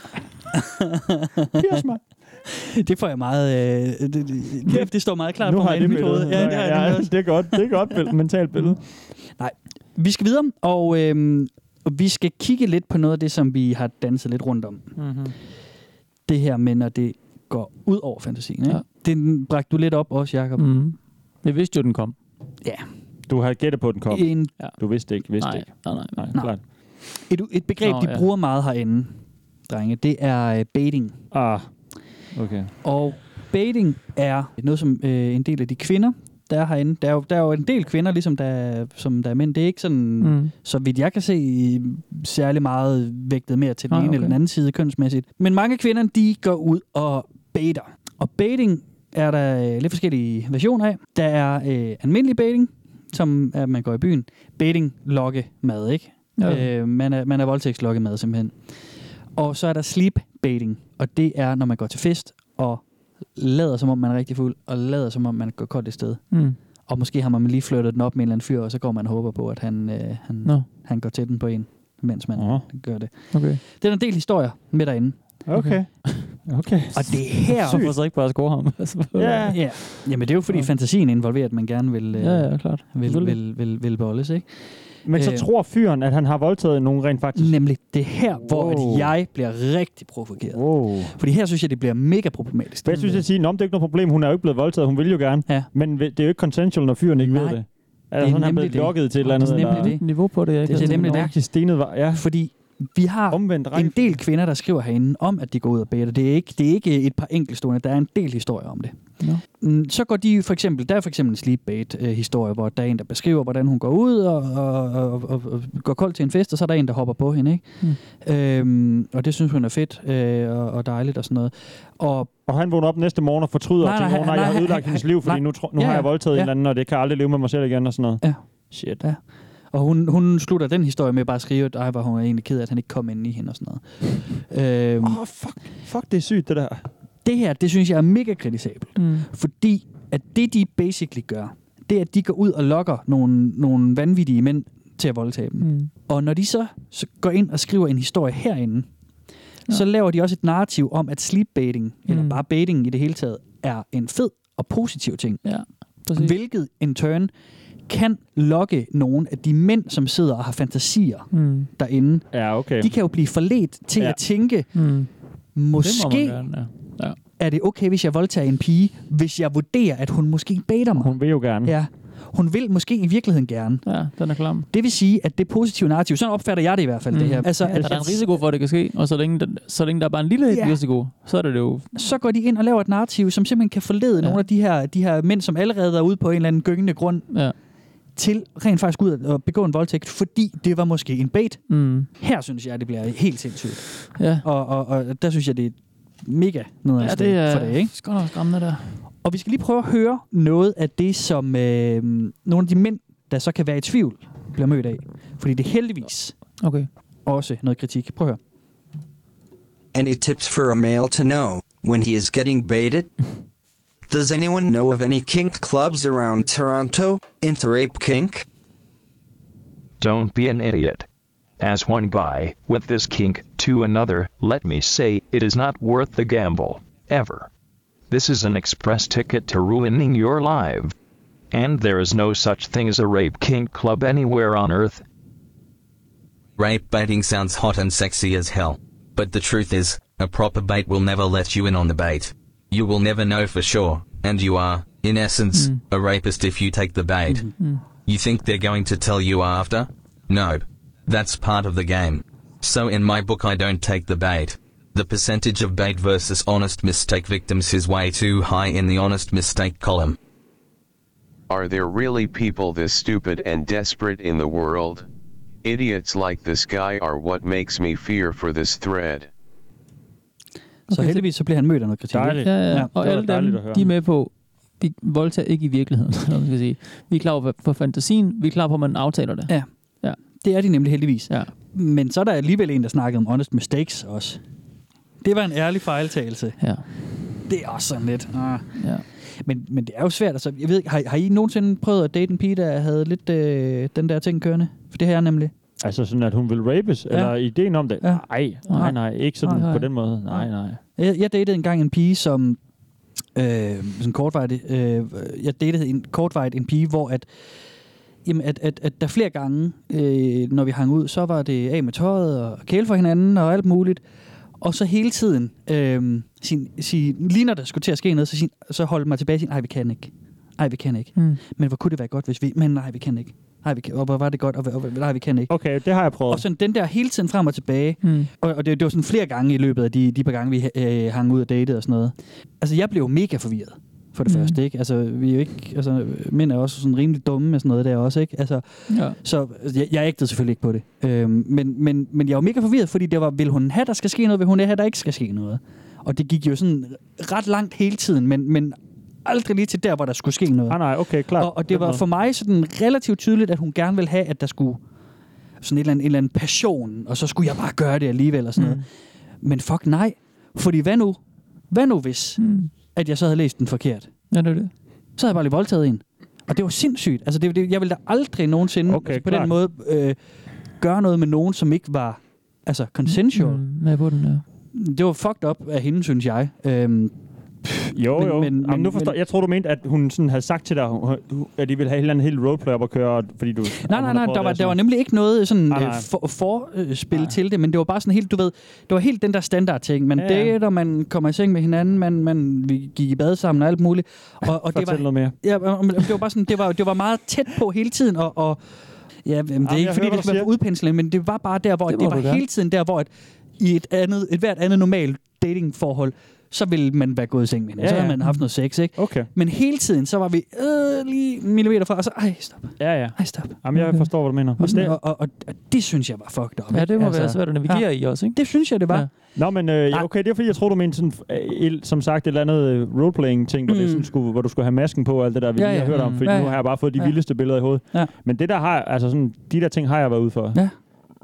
Pires mig. Det får jeg meget... det står meget klart nu på mig i mit hoved. Ja, det er godt. Det er godt mentalt billede. Nej, vi skal videre, og vi skal kigge lidt på noget af det, som vi har danset lidt rundt om. Mm-hmm. Det her med, når det går ud over fantasien. Ja. Den bragte du lidt op også, Jacob. Mm. Jeg vidste jo, den kom. Ja. Du havde gættet på, den kom. Du vidste ikke. Nej, klart. Et begreb, de bruger meget herinde, drenge, det er baiting. Okay. Og baiting er noget, som en del af de kvinder, der er herinde. Der er jo en del kvinder, ligesom som der er mænd. Det er ikke sådan, så vidt jeg kan se, særlig meget vægtet mere til den ene eller den anden side kønsmæssigt. Men mange kvinder, de går ud og baiter. Og baiting er der lidt forskellige versioner af. Der er almindelig baiting, som er, at man går i byen. Baiting, lokke mad, ikke? Ja. Man er voldtægtslokke mad, simpelthen. Og så er der sleep baiting, og det er, når man går til fest og lader som om man er rigtig fuld, og lader som om man går koldt et sted. Mm. Og måske har man lige flyttet den op med en eller anden fyr, og så går man og håber på, at han går til den på en, mens man gør det. Okay. Det er en del historier med derinde. Okay. Og det her... Hvorfor så ikke bare score ham? Ja. Jamen det er jo fordi fantasien involverer, at man gerne vil, klart. vil bolles, ikke? Men så tror fyren, at han har voldtaget nogen rent faktisk? Nemlig det her, hvor jeg bliver rigtig provokeret. Fordi her synes jeg, det bliver mega problematisk. Jeg synes, at sige, det er ikke noget problem. Hun er jo ikke blevet voldtaget. Hun vil jo gerne. Ja. Men det er jo ikke consensual, når fyren ikke ved det. Er sådan, han blevet lokket til et eller andet? Det er nemlig det. Niveau på det. Det er nemlig det. Stenet var, ja. Fordi vi har en del kvinder, der skriver herinde om, at de går ud og baiter. Det er ikke et par enkeltstående. Der er en del historier om det. No. Så går de for eksempel, der er for eksempel en sleep bait historie, hvor der er en, der beskriver, hvordan hun går ud og går koldt til en fest, og så er der en, der hopper på hende, ikke? Og det synes hun er fedt og dejligt og sådan noget. Og han vågner op næste morgen og fortryder og tænker, jeg har ødelagt hendes liv, fordi nu har jeg voldtaget en eller anden, og det kan aldrig leve med mig selv igen og sådan noget. Ja. Shit. Ja. Og hun slutter den historie med bare at skrive, at hvor hun er egentlig ked af, at han ikke kom ind i hende og sådan noget. Fuck, det er sygt, det der. Det her, det synes jeg er mega kritisabelt. Fordi at det, de basically gør, det er, at de går ud og lokker nogle vanvittige mænd til at voldtage dem. Og når de så går ind og skriver en historie herinde, så laver de også et narrativ om, at sleep baiting, eller bare baiting i det hele taget, er en fed og positiv ting. Ja, hvilket en turn kan lokke nogle af de mænd, som sidder og har fantasier derinde. Ja, okay. De kan jo blive forledt til at tænke, måske er det okay, hvis jeg voldtager en pige, hvis jeg vurderer, at hun måske baiter mig. Hun vil jo gerne. Ja. Hun vil måske i virkeligheden gerne. Ja, den er klam. Det vil sige, at det positive narrativ, sådan opfatter jeg det i hvert fald, det her. Altså, der er en risiko for, at det kan ske, og så længe der er bare en lille risiko, så er det jo... Så går de ind og laver et narrativ, som simpelthen kan forlede nogle af de her mænd, som allerede er ude på en eller anden gyngende grund, til rent faktisk ud og begå en voldtægt, fordi det var måske en bait. Her synes jeg, det bliver helt sindssygt. Ja. Og der synes jeg, det er mega noget af det for det, ikke? Det er skræmmende der. Og vi skal lige prøve at høre noget af det, som nogle af de mænd, der så kan være i tvivl, bliver mødt af. Fordi det er heldigvis også noget kritik. Prøv at høre. Any tips for a male to know when he is getting baited? Does anyone know of any kink clubs around Toronto into rape kink? Don't be an idiot. As one guy with this kink to another, let me say it is not worth the gamble, ever. This is an express ticket to ruining your life. And there is no such thing as a rape kink club anywhere on earth. Rape baiting sounds hot and sexy as hell. But the truth is, a proper bait will never let you in on the bait. You will never know for sure, and you are, in essence, a rapist if you take the bait. You think they're going to tell you after? No. That's part of the game. So in my book I don't take the bait. The percentage of bait versus honest mistake victims is way too high in the honest mistake column. Are there really people this stupid and desperate in the world? Idiots like this guy are what makes me fear for this thread. Så heldigvis så bliver han mødt af noget kritik. Ja. Og alle dem, de er med på, vi voldtager ikke i virkeligheden, man skal sige. Vi er klar over på fantasien, vi er klar på, at man aftaler det. Ja. Det er de nemlig heldigvis. Ja. Men så er der alligevel en, der snakkede om honest mistakes også. Det var en ærlig fejltagelse. Ja. Det er også sådan lidt. Ja. Men det er jo svært. Altså, jeg ved ikke, har I nogensinde prøvet at date en pige, der havde lidt den der ting kørende? For det her er nemlig. Altså sådan, at hun vil rapes? Ja. Eller ideen om det? Ja. Nej. Ikke sådan på den måde. Nej. Jeg datede engang en pige, som sådan kortvarigt. Jeg datede kortvarigt en pige, hvor at der flere gange, når vi hang ud, så var det af med tøjet og kæle for hinanden og alt muligt. Og så hele tiden, lige når der skulle til at ske noget, så holdt mig tilbage og sige, vi kan ikke. Men hvor kunne det være godt, hvis vi... Men nej, vi kan ikke. Og hvor var det godt, og nej, vi kan ikke. Okay, det har jeg prøvet. Og sådan den der hele tiden frem og tilbage. Og det var sådan flere gange i løbet af de par gange, vi hang ud og datede og sådan noget. Altså, jeg blev mega forvirret. For det første, ikke? Altså, vi er jo ikke... Altså, mænd er også sådan rimelig dumme med sådan noget der også, ikke? Altså, så jeg ægtede selvfølgelig ikke på det. Men jeg var mega forvirret, fordi det var, vil hun have, der skal ske noget? Vil hun have, der ikke skal ske noget? Og det gik jo sådan ret langt hele tiden, men aldrig lige til der, hvor der skulle ske noget. Nej, okay, klart. Og det var for mig sådan relativt tydeligt, at hun gerne ville have, at der skulle sådan en eller anden passion, og så skulle jeg bare gøre det alligevel og sådan noget. Men fuck nej. Fordi hvad nu hvis... at jeg så havde læst den forkert. Ja, det er det. Så havde jeg bare lige voldtaget en. Og det var sindssygt. Altså, jeg ville da aldrig nogensinde på den måde gøre noget med nogen, som ikke var consensual. Med på den, ja. Det var fucked up af hende, synes jeg. Men nu forstår jeg tror, du mente, at hun sådan havde sagt til dig, at de ville have et eller andet helt roleplay op at køre, fordi du... Nej, der var nemlig ikke noget sådan forspil til det, men det var bare sådan helt, du ved, det var helt den der standard ting. Man dater, man kommer i seng med hinanden, vi gik i bad sammen og alt muligt. Og det var noget mere. Ja, det var bare sådan, det var meget tæt på hele tiden, og ja, det er ikke fordi, det skal være udpensling, men det var bare der, hvor det var hele tiden der, hvor i et hvert andet normalt datingforhold, så ville man være gået i seng med hende. Så havde man haft noget sex, ikke? Okay. Men hele tiden, så var vi lige millimeter fra, og så, stop. Ja. Stop. Jamen, jeg forstår, hvad du mener. Og det synes jeg var fucked up. Ja, det må være svært at navigere i også, ikke? Det synes jeg, det var. Ja. Nå, men okay, det er fordi, jeg tror, du mente sådan, som sagt, et eller andet roleplaying-ting, hvor, det sådan hvor du skulle have masken på og alt det der, vi lige har hørt om, fordi nu har jeg bare fået de vildeste billeder i hovedet. Ja. Men det der har, altså sådan, de der ting har jeg været ude for. Ja.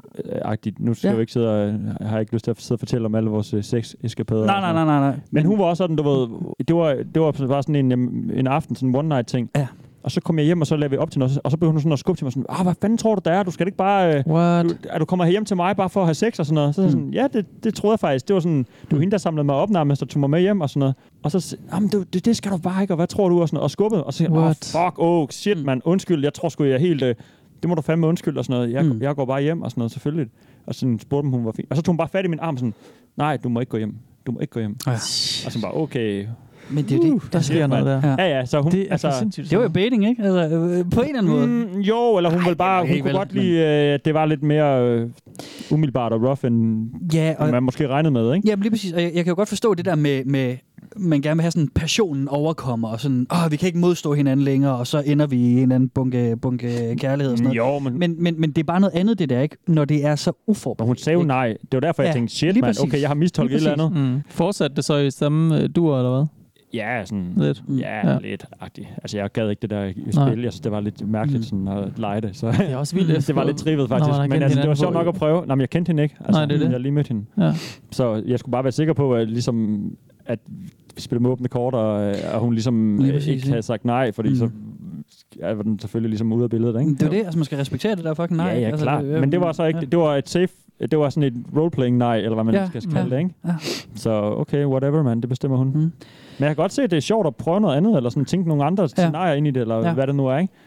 Nu skal jeg jo ikke sidde og jeg har ikke lyst til at sidde og fortælle om alle vores sex-eskapader. Nej. Men hun var også sådan, du ved, det var bare sådan en aften, sådan en one-night-ting. Ja. Og så kom jeg hjem, og så lavede vi op til noget, og så blev hun sådan og skubbe til mig sådan, hvad fanden tror du, der er? Du skal ikke bare... du kommer hjem til mig bare for at have sex og sådan noget. Så sådan, ja, det troede jeg faktisk. Det var sådan, du var hende, der samlede mig op nærmest, og tog mig med hjem og sådan noget. Og så det skal du bare ikke, og hvad tror du? Og, sådan, og skubbede, og så shit, man, undskyld, jeg tror sgu, jeg er helt... det må du fandme undskylde og sådan noget. Jeg går bare hjem og sådan noget, selvfølgelig. Og sådan spurgte hun var fint. Og så tog hun bare fat i min arm sådan, nej, du må ikke gå hjem. Ja. Og så bare, okay... Men det er det, der sker noget der. Ja, så hun... Det var jo baiting, ikke? Altså, på en eller anden måde. Jo, eller hun ville bare... Hun kunne godt lide, at det var lidt mere umiddelbart og rough, end man måske regnede med, ikke? Ja, lige præcis. Og jeg kan jo godt forstå det der med man gerne vil have sådan passionen overkommer, og sådan, vi kan ikke modstå hinanden længere, og så ender vi i en anden bunke kærlighed og sådan noget. Jo, men det er bare noget andet, det der, ikke? Når det er så uforberedt. Hun sagde jo nej. Det var derfor, jeg tænkte, shit, man, okay, jeg har mistolket et eller andet. Fortsatte det så i samme duer, eller hvad? Ja, sådan lidt. Lidt-agtigt. Altså, jeg gad ikke det der spil. Jeg synes, det var lidt mærkeligt sådan at lege det. Så det er også vildt. Det var lidt trivet, faktisk. Men altså, det var sjovt nok at prøve. Nej, men jeg kendte hende ikke. Altså, det er det. Jeg lige mødte hende. Ja. Så jeg skulle bare være sikker på, at ligesom... at vi spillede med åbne kort, og hun ligesom ikke havde sagt nej, fordi så var den selvfølgelig ligesom ude af billedet, ikke? Det er det, altså man skal respektere det der fucking nej. Ja, altså, klart. Men det var så ikke, det var et safe, det var sådan et roleplaying nej, eller hvad man skal kalde det, ikke? Ja. Så okay, whatever, man, det bestemmer hun. Men jeg kan godt se, at det er sjovt at prøve noget andet, eller sådan tænke nogle andre scenarier ind i det, eller hvad det nu er, ikke?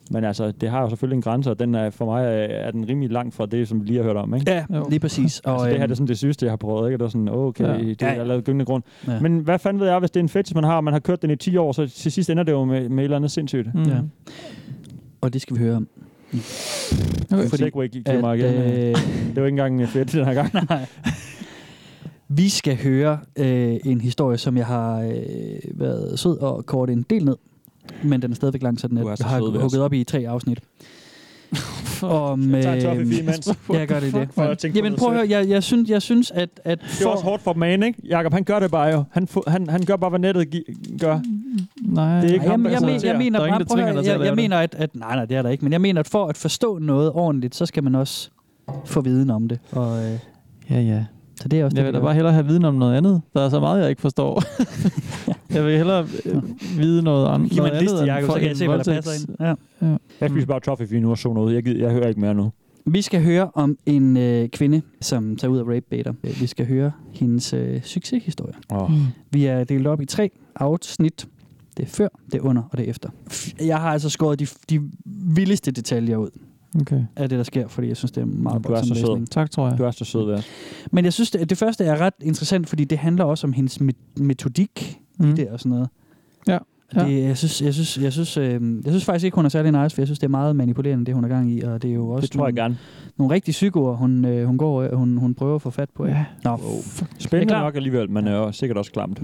Men altså, det har jo selvfølgelig en grænse, og den er, for mig er den rimelig langt fra det, som vi lige har hørt om, ikke? Ja, lige præcis. Og, altså, det her det er sådan det sygeste, jeg har prøvet, ikke? Det er sådan, okay, det er lavet gyngende grund. Ja. Men hvad fanden ved jeg, hvis det er en fetish, man har kørt den i 10 år, så til sidst ender det jo med et eller andet sindssygt. Ja. Og det skal vi høre om. Okay. Segway gik til mig igen. Det var ikke engang fedt den her gang. Nej. Vi skal høre en historie, som jeg har været sød og kort en del ned, men den er stadigvæk lang, så den jeg har hugget op i 3 afsnit. Jeg tager en toffee imens. Ja, gør det. Jamen prøv at høre, jeg synes at det er også hårdt for man, ikke? Jakob, han gør det bare jo. Han gør bare, hvad nettet gør. Nej, det er ikke jeg mener, nej, det er der ikke, men jeg mener, at for at forstå noget ordentligt, så skal man også få viden om det. Og, ja. Så det er også jeg vil da bare hellere have viden om noget andet. Der er så meget, jeg ikke forstår. Jeg vil hellere vide noget andet. Giv mig en liste, Jacob, så kan jeg se, hvad der passer ind. Ja. Jeg spiser bare toffee nu og så noget. Jeg hører ikke mere nu. Vi skal høre om en kvinde, som tager ud af rape-baiter. Vi skal høre hendes succeshistorie. Vi er delt op i 3 afsnit. Det er før, det er under og det er efter. Jeg har altså skåret de vildeste detaljer ud. Okay. Af det, der sker, fordi jeg synes, det er meget godt som læsning. Tak, tror jeg. Du er så sød, Værs. Men jeg synes, det første er ret interessant, fordi det handler også om hendes metodik i det og sådan noget. Ja. Jeg synes faktisk ikke, hun er særlig nice, for jeg synes, det er meget manipulerende, det hun er gang i, og det er jo også det tror jeg gerne. Nogle rigtige psykoer, hun prøver at få fat på. Ja. Spændende nok alligevel, men er sikkert også klamt.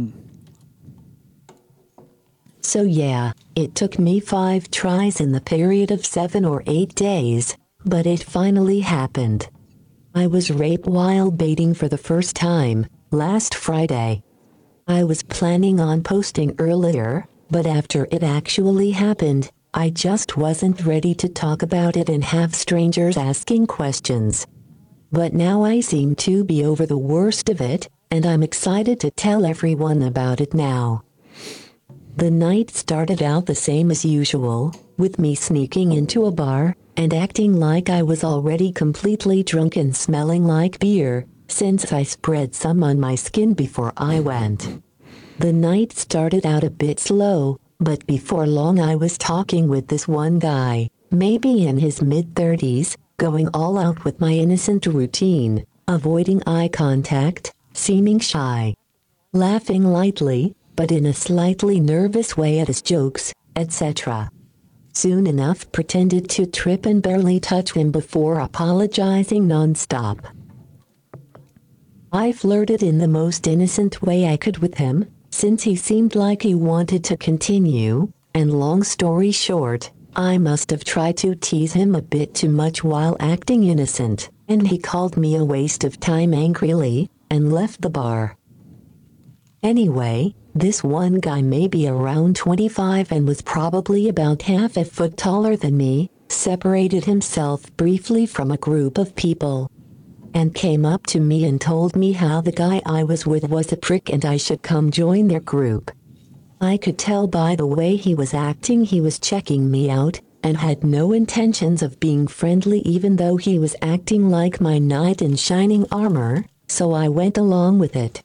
So yeah, it took me 5 tries in the period of 7 or 8 days, but it finally happened. I was raped while baiting for the first time, last Friday. I was planning on posting earlier, but after it actually happened, I just wasn't ready to talk about it and have strangers asking questions. But now I seem to be over the worst of it, and I'm excited to tell everyone about it now. The night started out the same as usual, with me sneaking into a bar, and acting like I was already completely drunk and smelling like beer, since I spread some on my skin before I went. The night started out a bit slow, but before long I was talking with this one guy, maybe in his mid-30s, going all out with my innocent routine, avoiding eye contact, seeming shy, laughing lightly, but in a slightly nervous way at his jokes, etc. Soon enough pretended to trip and barely touch him before apologizing non-stop. I flirted in the most innocent way I could with him, since he seemed like he wanted to continue, and long story short, I must have tried to tease him a bit too much while acting innocent, and he called me a waste of time angrily, and left the bar. Anyway, this one guy may be around 25 and was probably about half a foot taller than me, separated himself briefly from a group of people, and came up to me and told me how the guy I was with was a prick and I should come join their group. I could tell by the way he was acting he was checking me out, and had no intentions of being friendly even though he was acting like my knight in shining armor, so I went along with it.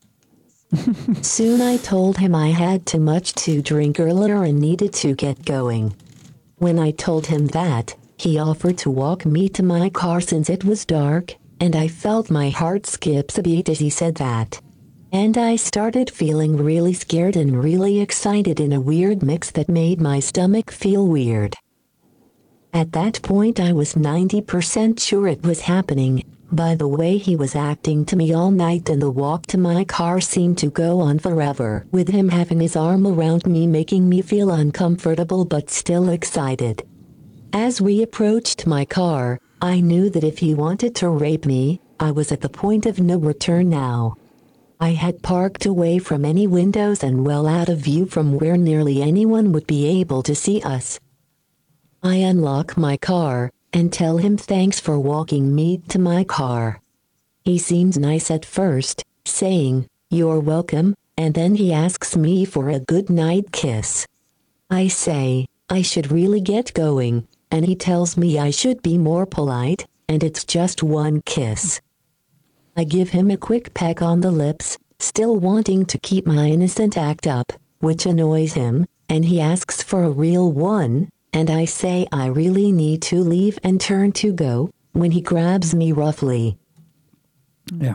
Soon I told him I had too much to drink earlier and needed to get going. When I told him that, he offered to walk me to my car since it was dark, and I felt my heart skip a beat as he said that. And I started feeling really scared and really excited in a weird mix that made my stomach feel weird. At that point I was 90% sure it was happening, by the way he was acting to me all night, and the walk to my car seemed to go on forever, with him having his arm around me making me feel uncomfortable but still excited. As we approached my car, I knew that if he wanted to rape me, I was at the point of no return now. I had parked away from any windows and well out of view from where nearly anyone would be able to see us. I unlock my car, and tell him thanks for walking me to my car. He seems nice at first, saying, "You're welcome," and then he asks me for a good night kiss. I say, I should really get going, and he tells me I should be more polite, and it's just one kiss. I give him a quick peck on the lips, still wanting to keep my innocent act up, which annoys him, and he asks for a real one, and I say I really need to leave and turn to go, when he grabs me roughly. Ja.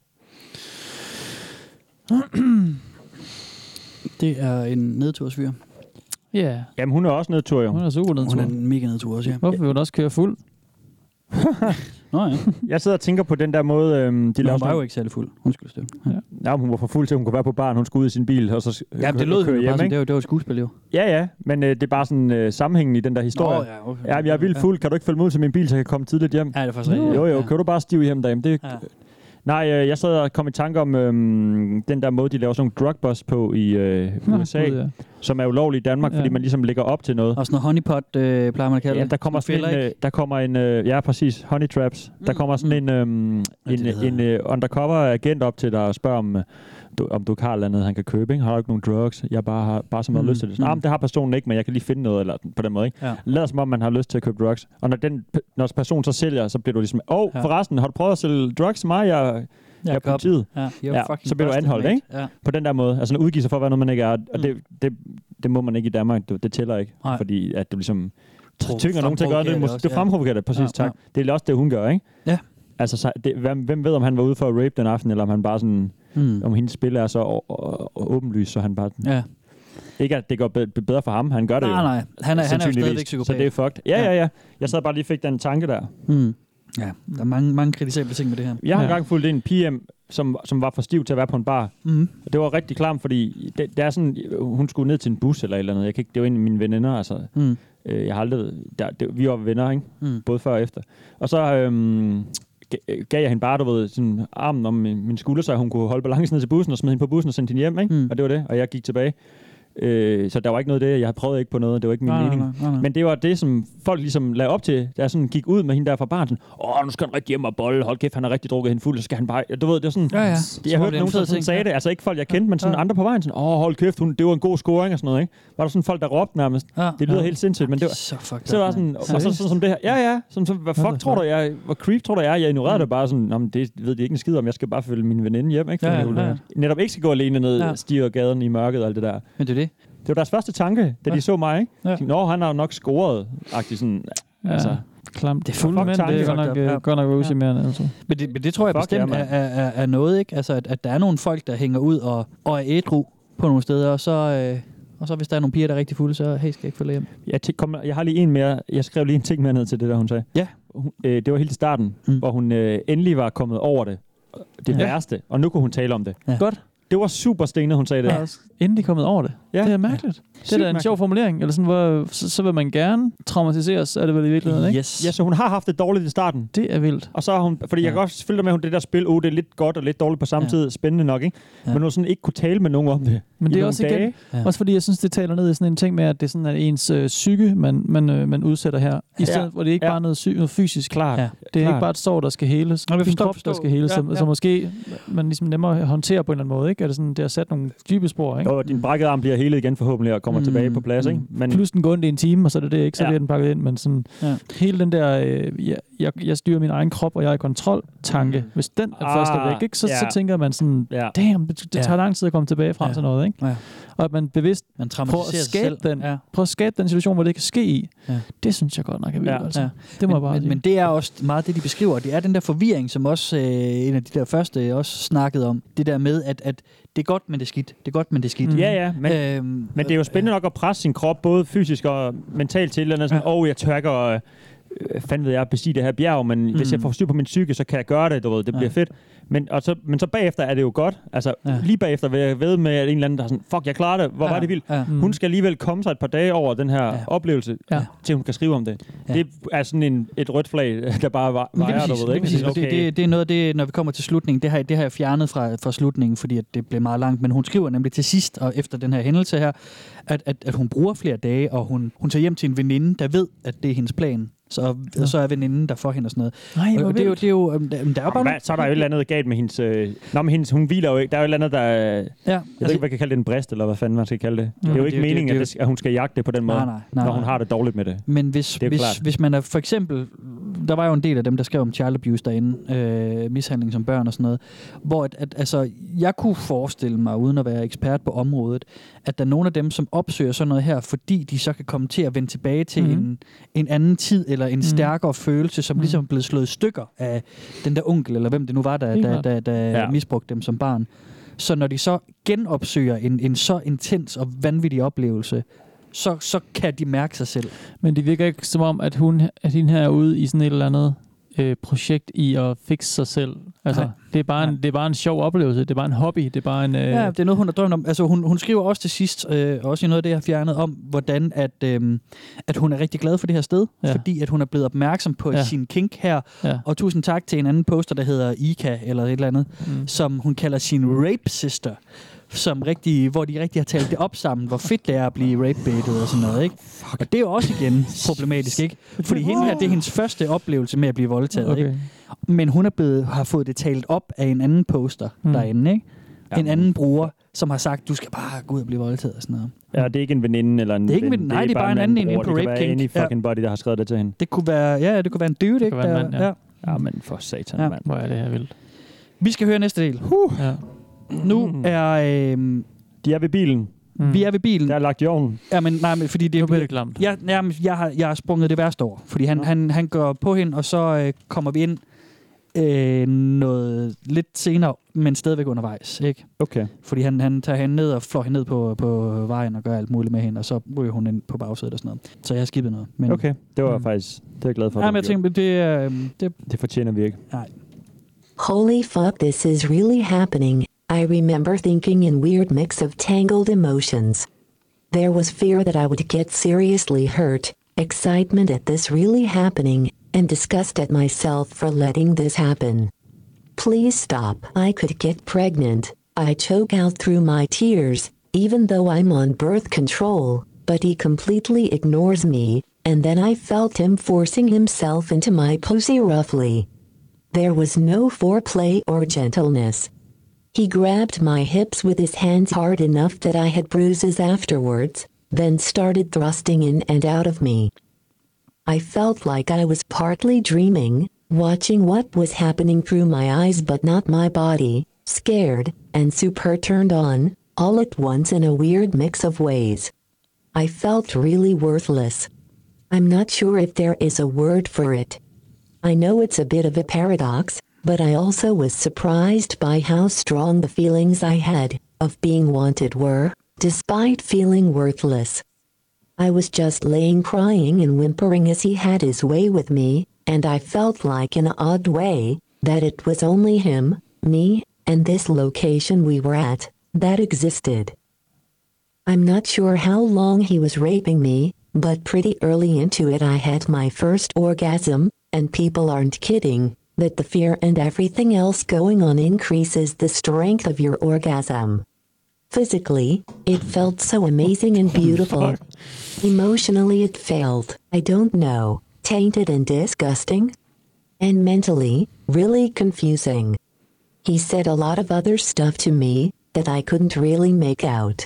Det er en nedtursfyr. Ja. Yeah. Jamen, hun er også nedtur, jo. Hun er super nedtur. Hun er en mega nedtur også, ja. Hvorfor vil hun også køre fuld? Nå ja. Jeg sidder og tænker på den der måde, de laver. Hun var jo ikke særlig fuld. Undskyld, Steffen. Ja, hun var for fuld til, hun kunne være på baren. Hun skulle ud i sin bil, og så ja, det lød jo bare sådan, det var et skuespil, jo. Ja, men det er bare sådan sammenhængen i den der historie. Nå, ja, okay. Ja, jeg er vildt fuld. Kan du ikke følge mig ud til min bil, så jeg kan komme tidligt hjem? Ja, det er faktisk rigtigt. Jo, kan du bare stive hjem derhjemme? Det Nej, jeg sad og kom i tanke om den der måde, de laver sådan nogle drug bust på i USA, som er ulovlig i Danmark, fordi man ligesom lægger op til noget. Og sådan noget honeypot, plejer man at kalde det. Der kommer en, ja præcis, honey traps. Der kommer sådan en undercover agent op til dig og spørger om du ikke har andet, han kan købe, ikke? Har du ikke nogen drugs? Jeg bare så meget lyst til det. Sådan, det har personen ikke, men jeg kan lige finde noget, eller på den måde, ikke? Ja. Lad som om, man har lyst til at købe drugs. Og når personen så sælger, så bliver du ligesom, forresten, har du prøvet at sælge drugs til mig? Jeg er politiet. Så bliver du anholdt, ikke? Ja. På den der måde. Altså, udgiver sig for at være noget, man ikke er. Og det må man ikke i Danmark. Det tæller ikke. Nej. Fordi at du ligesom tynger nogen til at gøre det. Det fremprovokerer det, præcis, tak. Det er også det, hun gør, ikke? Ja. Altså, hvem ved, om han var ude for at rape den aften, eller om han bare sådan... om hendes spil er så åbenlyst, så han bare... Ja. Ikke at det går bedre for ham, han gør det jo. Nej, han er jo stadigvæk psykopat. Så det er fucked. Ja. Jeg sad bare lige fik den tanke der. Ja, der er mange kritisable ting med det her. Jeg har engang fulgt en PM, som var for stiv til at være på en bar. Og det var rigtig klamt, fordi det er sådan, hun skulle ned til en bus eller et eller andet. Det var en af mine veninder, altså. Jeg har aldrig... vi var venner, ikke? Både før og efter. Og så... gav jeg hende bare, sådan armen om min skulder, så hun kunne holde balancen ned til bussen og smide hende på bussen og sende hende hjem, ikke? Og det var det, og jeg gik tilbage. Så der var ikke noget af det, jeg prøvede ikke på noget, det var ikke min mening. Nej. Men det var det, som folk ligesom lagde op til, da jeg sådan gik ud med hende der fra baren, sådan, nu skal han rigtig hjem og bolle, hold kæft, han har rigtig drukket hende fuld, så skal han bare, du ved, det var sådan, jeg hørte nogen, der sådan sagde det, altså ikke folk, jeg kendte, men sådan andre på vejen, sådan, hold kæft, det var en god scoring og sådan noget, ikke? Var der sådan folk, der råbte nærmest, det lyder helt sindssygt, men det var, så var sådan, og så sådan som det her, sådan, hvad fuck tror du, hvor creep tror du, jeg ignorerede det bare sådan, det ved de ikke en skid om, jeg skal bare følge min veninde hjem, ikke? Netop ikke skal gå alene ned stiger gaden i mørket og alt det der. Men det er det. Det var deres første tanke, da de så mig, ikke? Ja. Nå, han har jo nok scoret-agtigt sådan, altså... Klamt. Det er fuldt mænd, det er godt nok usimerende, altså. Men det tror jeg bestemt er noget, ikke? Altså, at der er nogle folk, der hænger ud og er ædru på nogle steder, og så hvis der er nogle piger, der er rigtig fulde, så hey, skal jeg ikke følge hjem. Jeg har lige en mere. Jeg skrev lige en ting mere ned til det, der hun sagde. Ja. Det var helt i starten, hvor hun endelig var kommet over det værste, og nu kunne hun tale om det. Ja. Godt. Det var super stenet, hun sagde det. Ja, endelig kommet over det. Ja. Det er mærkeligt. Ja. Det er en sjov formulering. Eller sådan, hvor, så vil man gerne traumatiseres, er det vel i virkeligheden, ikke? Yes. Ja, så hun har haft det dårligt i starten. Det er vildt. Og så har hun, fordi jeg kan godt følge med, at det der spil, det er lidt godt og lidt dårligt på samme tid. Spændende nok, ikke? Ja. Men hun sådan ikke kunne tale med nogen om det. Men det er også igen, også fordi jeg synes, det taler ned i sådan en ting med, at det er sådan, at ens psyke, man udsætter her. I stedet, hvor det ikke bare er noget fysisk. Klart. Ja. Det er ikke bare et sår, der skal heles. Det er en krop, der skal heles. Så måske man ligesom nemmere håndterer på en eller anden måde, ikke? Er det sådan, det har sat nogle dybe spor, ikke? Jo, din brækkede arm bliver helet igen forhåbentlig og kommer tilbage på plads, ikke? Men plus den går ind i en time, og så er det ikke, så bliver den pakket ind, men sådan hele den der jeg styrer min egen krop, og jeg er i kontrol-tanke. Hvis den er først er væk, ikke? Så tænker man sådan, damn, det tager lang tid at komme tilbage fra sådan noget, ikke? Ja. Og at man bevidst prøver at skabe den situation, hvor det kan ske i. Ja. Det synes jeg godt nok er vildt. Altså. Det må men det er også meget det, de beskriver. Det er den der forvirring, som også en af de der første også snakkede om. Det der med, at det er godt, men det er skidt. Det er godt, men det er skidt. Ja, men det er jo spændende nok at presse sin krop, både fysisk og mentalt til, eller sådan, jeg tør ikke at fanden ved jeg bestige det her bjerg, men hvis jeg får styr på min psyke, så kan jeg gøre det, du ved, det bliver fedt. Men så bagefter er det jo godt. Altså, lige bagefter vil jeg ved med, at en eller anden, der er sådan, fuck, jeg klarer det, hvor var det vildt. Hun skal alligevel komme sig et par dage over den her oplevelse, til hun kan skrive om det. Det er sådan et rødt flag, der bare vejer, du ved, ikke? Okay. Det er noget af det, når vi kommer til slutningen, det har jeg fjernet fra slutningen, fordi at det blev meget langt, men hun skriver nemlig til sidst, og efter den her hændelse her, at hun bruger flere dage, og hun tager hjem til en veninde, der ved, at det er hendes plan. Så er veninden der for hende og sådan noget. Nej, og det er jo der er bare så er der jo et eller andet galt med hendes hun hviler jo ikke. Der er jo et eller andet der jeg ved ikke, hvad jeg kan kalde det, en brist eller hvad fanden man skal kalde det. Det er jo ikke meningen at hun skal jagte det på den måde, når hun har det dårligt med det. Men hvis man er for eksempel der var jo en del af dem, der skrev om child abuse derinde, mishandling som børn og sådan noget, hvor altså, jeg kunne forestille mig, uden at være ekspert på området, at der er nogle af dem, som opsøger sådan noget her, fordi de så kan komme til at vende tilbage til en anden tid, eller en stærkere følelse, som ligesom er blevet slået i stykker af den der onkel, eller hvem det nu var, der misbrugte dem som barn. Så når de så genopsøger en så intens og vanvittig oplevelse, så kan de mærke sig selv. Men det virker ikke som om, at hende her er ude i sådan et eller andet projekt i at fikse sig selv. Altså, det er bare en sjov oplevelse. Det er bare en hobby. Det er bare en... Ja, det er noget, hun har drømt om. Altså, hun skriver også til sidst, også i noget af det, jeg har fjernet, om, hvordan at hun er rigtig glad for det her sted, fordi at hun er blevet opmærksom på sin kink her. Ja. Og tusind tak til en anden poster, der hedder Ika, eller et eller andet, som hun kalder sin rape sister, hvor de rigtig har talt det op sammen, hvor fedt det er at blive rape-baitet og sådan noget, ikke? Og det er jo også igen problematisk, ikke? Fordi hende her, det er hendes første oplevelse med at blive voldtaget, ikke? Men hun har fået det talt op af en anden poster derinde, ikke? En anden bruger, som har sagt, du skal bare gå ud og blive voldtaget og sådan noget. Ja, det er ikke en veninde eller en det er ikke nej, det er bare en anden inde på Rape King. Det kan være en i fucking body, der har skrevet det til hende. Det kunne være, det kunne være en dude, ikke? Ja, men for satan, mand. Hvor er det her vildt. Vi skal høre næste del. Ja. Nu er... De er ved bilen. Vi er ved bilen. Der er lagt i ovnen. Ja, men nej, fordi det er jo klamt. Jeg har sprunget det værste over. Fordi han går på hende, og så kommer vi ind noget lidt senere, men stadigvæk undervejs, ikke? Okay. Fordi han tager hende ned og flår hende ned på vejen og gør alt muligt med hende, og så ryger hun ind på bagsædet og sådan noget. Så jeg har skippet noget. Men, okay, det var faktisk... Det er jeg glad for. Ja, men jeg tænkte, det fortjener vi ikke. Nej. Holy fuck, this is really happening. I remember thinking in weird mix of tangled emotions. There was fear that I would get seriously hurt, excitement at this really happening, and disgust at myself for letting this happen. Please stop. I could get pregnant. I choke out through my tears, even though I'm on birth control, but he completely ignores me, and then I felt him forcing himself into my pussy roughly. There was no foreplay or gentleness. He grabbed my hips with his hands hard enough that I had bruises afterwards, then started thrusting in and out of me. I felt like I was partly dreaming, watching what was happening through my eyes but not my body, scared, and super turned on, all at once in a weird mix of ways. I felt really worthless. I'm not sure if there is a word for it. I know it's a bit of a paradox, but I also was surprised by how strong the feelings I had of being wanted were, despite feeling worthless. I was just laying crying and whimpering as he had his way with me, and I felt like in an odd way that it was only him, me, and this location we were at that existed. I'm not sure how long he was raping me, but pretty early into it I had my first orgasm, and people aren't kidding that the fear and everything else going on increases the strength of your orgasm. Physically, it felt so amazing and beautiful. Emotionally, it felt, I don't know, tainted and disgusting. And mentally, really confusing. He said a lot of other stuff to me that I couldn't really make out.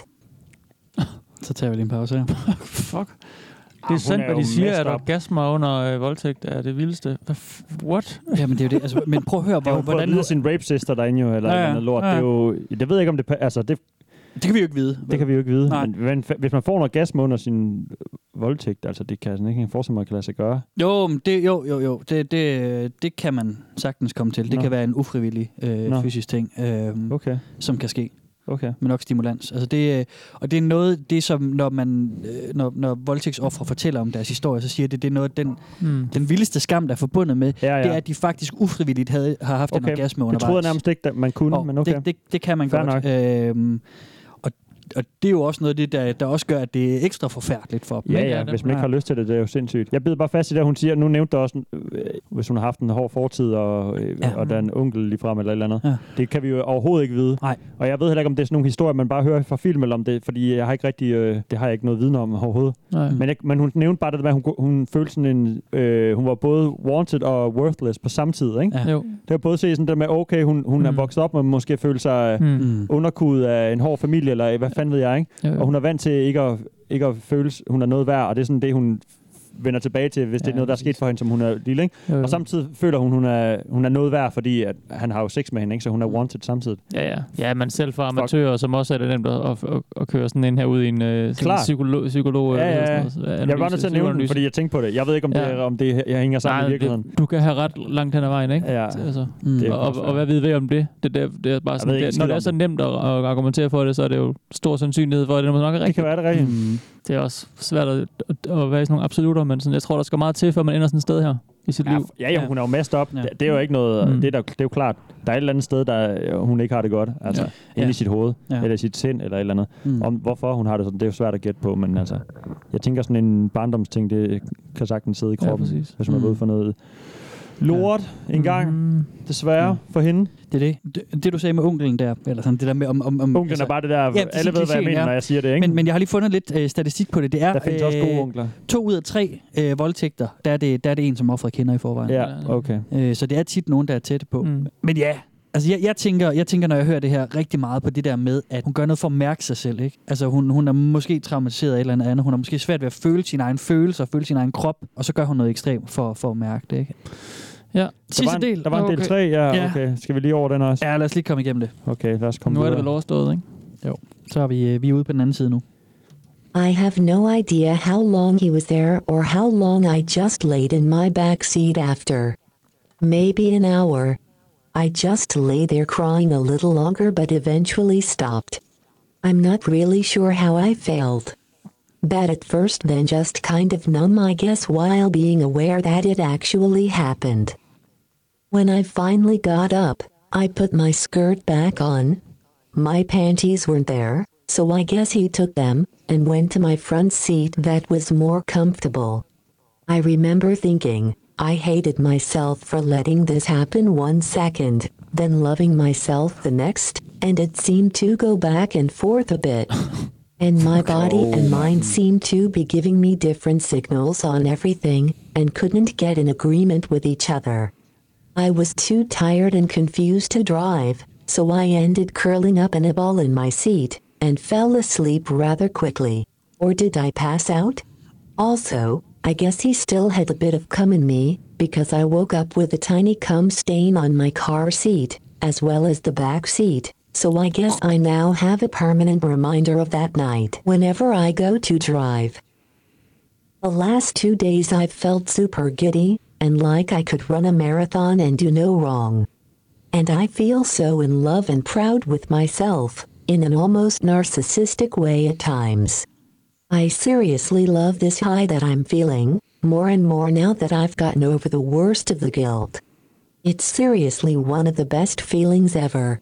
Så tager vi lige en pause her. Fuck. Det er sandt, hvad de siger, at orgasmer under voldtægt er det vildeste. What? Jamen, det er jo det. Altså, men prøv at høre, hvordan... Det er sin rape sister derinde jo, eller noget lort. Det er jo... Det ved jeg ikke, om det... Altså, det kan vi jo ikke vide. Det kan vi jo ikke vide. Men hvis man får en orgasme under sin voldtægt, altså det kan jeg sådan ikke forestille mig, at kan lade sig gøre. Jo. Det kan man sagtens komme til. Det kan være en ufrivillig fysisk ting, som kan ske. Okay. Men nok stimulans. Altså det er noget, det som når voldtægtsoffere fortæller om deres historie, så siger det er noget den vildeste skam, der er forbundet med, det er, at de faktisk ufrivilligt har haft en orgasme undervejs. Det troede jeg nærmest ikke, man kunne, men okay. Det kan man godt. Og det er jo også noget af det, der også gør, at det er ekstra forfærdeligt for dem. Ja, hvis man ikke har lyst til det, det er jo sindssygt. Jeg bider bare fast i det, hun siger. Nu nævnte du også, hvis hun har haft en hård fortid, og der er en onkel lige frem eller et eller andet. Ja. Det kan vi jo overhovedet ikke vide. Nej. Og jeg ved heller ikke, om det er sådan nogle historier, man bare hører fra film eller om det, fordi jeg har ikke rigtig, det har jeg ikke noget viden om overhovedet. Men hun nævnte bare det med, at hun følte sådan en, hun var både wanted og worthless på samme tid, ikke? Ja. Det var både se sådan der med, okay, hun er vokset op med måske føle sig underkudet af en hård familie, eller hvad fanden ved jeg, ikke? Og hun er vant til ikke at føle, hun er noget værd, og det er sådan det, hun vender tilbage til, hvis det er noget, der er sket for hende, som hun er lille, ikke? Og samtidig føler hun er noget værd, fordi at han har jo sex med hende, ikke? Så hun er wanted samtidig. Ja, men selv for amatører, som også er det nemt at køre sådan en her ud i en psykolog. Ja. Jeg vil bare nødt til at nævne den, fordi jeg tænkte på det. Jeg ved ikke, om det jeg hænger sammen i virkeligheden. Du kan have ret langt hen ad vejen, ikke? Ja. Altså, og hvad ved vi om det? Det er bare sådan, når det er så nemt at argumentere for det, så er det jo stor sandsynlighed for, at det nok er rigtigt. Det kan være det rigtigt. Det er også svært at være i sådan nogle absolutter, men sådan, jeg tror, der skal meget til, før man ender sådan et sted her i sit liv. Ja, hun er jo messed op. Ja. Det er jo ikke noget... Det er jo klart. Der er et eller andet sted, der hun ikke har det godt. Altså, inde i sit hoved. Ja. Eller sit sind, eller et eller andet. Om hvorfor hun har det sådan, det er jo svært at gætte på, men altså... Jeg tænker sådan en barndomsting, det kan sagtens sidde i kroppen, hvis man er ude for noget lort en gang, desværre for hende. Det er det, du sagde med onklen der, eller sådan det der med om onklen altså, er bare det der, alle ved, hvad jeg mener, når jeg siger det, ikke? Men jeg har lige fundet lidt statistik på det. Det er, der findes også gode onkler. 2 ud af 3 voldtægter, der er det en, som offeret kender i forvejen. Ja, okay. Så det er tit nogen, der er tætte på. Men ja, altså jeg tænker, når jeg hører det her, rigtig meget på det der med, at hun gør noget for at mærke sig selv, ikke? Altså hun er måske traumatiseret af et eller andet. Hun er måske svært ved at føle sin egen følelser, føle sin egen krop, og så gør hun noget ekstremt for at mærke det, ikke? Ja. Sidste del. Der var en del 3, ja, okay. Skal vi lige over den også? Ja, lad os lige komme igennem det. Okay, lad os komme nu er det vel overstået, ikke? Jo. Så er vi ude på den anden side nu. I have no idea how long he was there or how long I just laid in my back seat after. Maybe an hour. I just lay there crying a little longer but eventually stopped. I'm not really sure how I felt. Bad at first, then just kind of numb, I guess, while being aware that it actually happened. When I finally got up, I put my skirt back on. My panties weren't there, so I guess he took them and went to my front seat that was more comfortable. I remember thinking, I hated myself for letting this happen 1 second, then loving myself the next, and it seemed to go back and forth a bit. And my body and mind seemed to be giving me different signals on everything, and couldn't get in agreement with each other. I was too tired and confused to drive, so I ended curling up in a ball in my seat, and fell asleep rather quickly. Or did I pass out? Also, I guess he still had a bit of cum in me, because I woke up with a tiny cum stain on my car seat, as well as the back seat. So I guess I now have a permanent reminder of that night whenever I go to drive. The last 2 days I've felt super giddy, and like I could run a marathon and do no wrong. And I feel so in love and proud with myself, in an almost narcissistic way at times. I seriously love this high that I'm feeling, more and more now that I've gotten over the worst of the guilt. It's seriously one of the best feelings ever.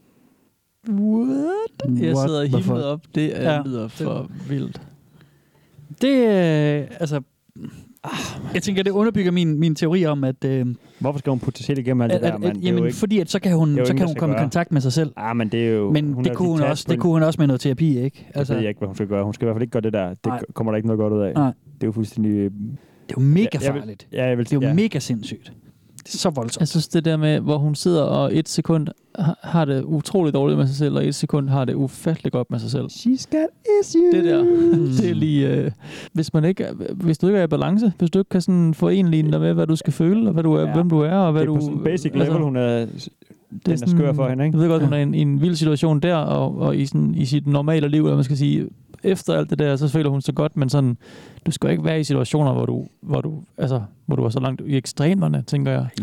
What? Jeg sidder og himlet op. Det lyder for vildt. Det altså... Jeg tænker, det underbygger min teori om, at... Hvorfor skal hun putte sig selv igennem alt det der, mand? Jamen, ikke, fordi at så kan hun komme i kontakt med sig selv. Ah, men det er jo... Men det kunne hun også med noget terapi, ikke? Altså, det ved jeg ikke, hvad hun skal gøre. Hun skal i hvert fald ikke gøre det der. Det kommer der ikke noget godt ud af. Nej. Det er jo fuldstændig... Det er jo mega farligt. Det er jo mega sindssygt. Det er så voldsomt. Jeg synes, det der med, hvor hun sidder og 1 sekund har det utroligt dårligt med sig selv, og 1 sekund har det ufatteligt godt med sig selv. She's got issues. Det der, det er lige... Hvis du ikke er i balance, hvis du ikke kan sådan forenlige dig med, hvad du skal føle, og hvad du er, hvem du er, og hvad du... Det er på sådan basic level, hun er... Den er skør for hende, ikke? Jeg ved godt, hun er i en vild situation der, og i sit normale liv, eller man skal sige, efter alt det der, så føler hun så godt, men sådan, du skal ikke være i situationer, hvor du er så langt i ekstremerne, tænker jeg.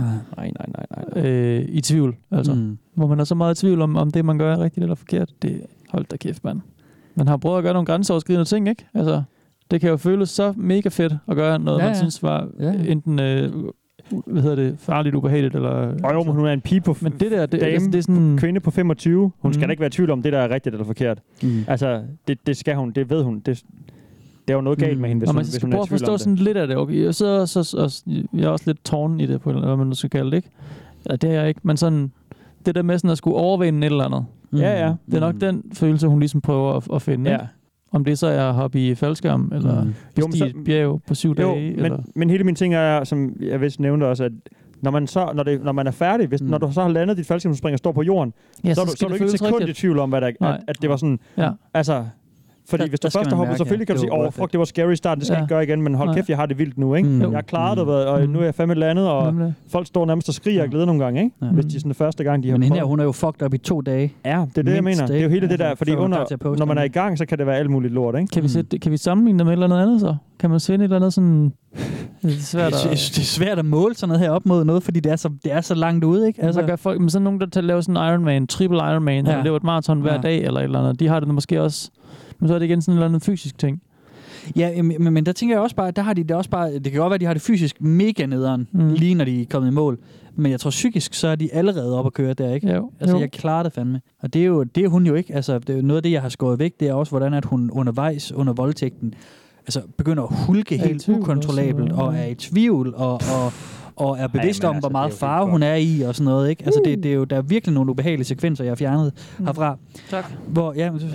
Nej. I tvivl, altså. Hvor man er så meget i tvivl om det, man gør er rigtigt eller forkert. Det hold da kæft, mand. Man har prøvet at gøre nogle grænseoverskridende ting, ikke? Altså, det kan jo føles så mega fedt at gøre noget, man synes var enten... farligt, ubehageligt, eller... Jo, men hun er en pige på men det der, det er sådan... kvinde på 25. Hun skal da ikke være i tvivl om, det der er rigtigt eller forkert. Altså, det skal hun, det ved hun. Det er jo noget galt med hende, hvis hun er i tvivl om det. Man skal prøve at forstå sådan lidt af det. Okay. Jeg er også lidt tårn i det, på hvad man skal kalde det, ikke? Ja, det er jeg ikke, men sådan... Det der med sådan at skulle overvinde et eller andet. Ja. Det er nok den følelse, hun ligesom prøver at finde, ikke? Om det så er hoppe i faldskærm, eller bestige et bjerg på 7 dage. Men hele min ting er, som jeg vist nævnte også, at når man er færdig, når du så har landet dit faldskærmspring og står på jorden, så er du ikke et sekund i tvivl om, hvad der, at det var sådan... Ja. Altså, Fordi hvis du først har hoppet, selvfølgelig kan du sige, fuck, det var scary start, det skal jeg ikke gøre igen, men hold kæft, jeg har det vildt nu, ikke? Jeg har klaret det, og nu er jeg fandme landet, og folk står nærmest og skriger og glæder nogle gange, ikke? Hvis de sådan første gang, de har men hende her, hun er jo fucked op i 2 dage. Ja, det er det, jeg mener. Det er jo hele det der, fordi når man er i gang, så kan det være alt muligt lort, ikke? Kan vi sammenligne det med et eller andet så? Kan man finde et eller andet sådan... Det er svært at måle sådan noget her op mod noget, fordi det er så langt ude, ikke? Altså, gør folk, men sådan nogen, der laver sådan en Ironman, triple Ironman, eller laver et maraton hver dag, eller et eller andet, de har det måske også... Men så er det igen sådan en eller anden fysisk ting. Ja, men der tænker jeg også bare, der har de det også bare... Det kan godt være, at de har det fysisk mega nederen, lige når de er kommet i mål. Men jeg tror psykisk, så er de allerede op at køre der, ikke? Jo. Altså, jeg klarer det fandme. Og det er hun jo ikke. Altså, det er noget af det, jeg har skåret væk, det er også, hvordan at hun undervejs under voldtægten altså begynder at hulke helt ukontrollabelt, og er i tvivl, og er bevidst om, hvor meget fare hun er i, og sådan noget, ikke? Altså, det er jo, der er virkelig nogle ubehagelige sekvenser, jeg har fjernet herfra. Tak. Hvor,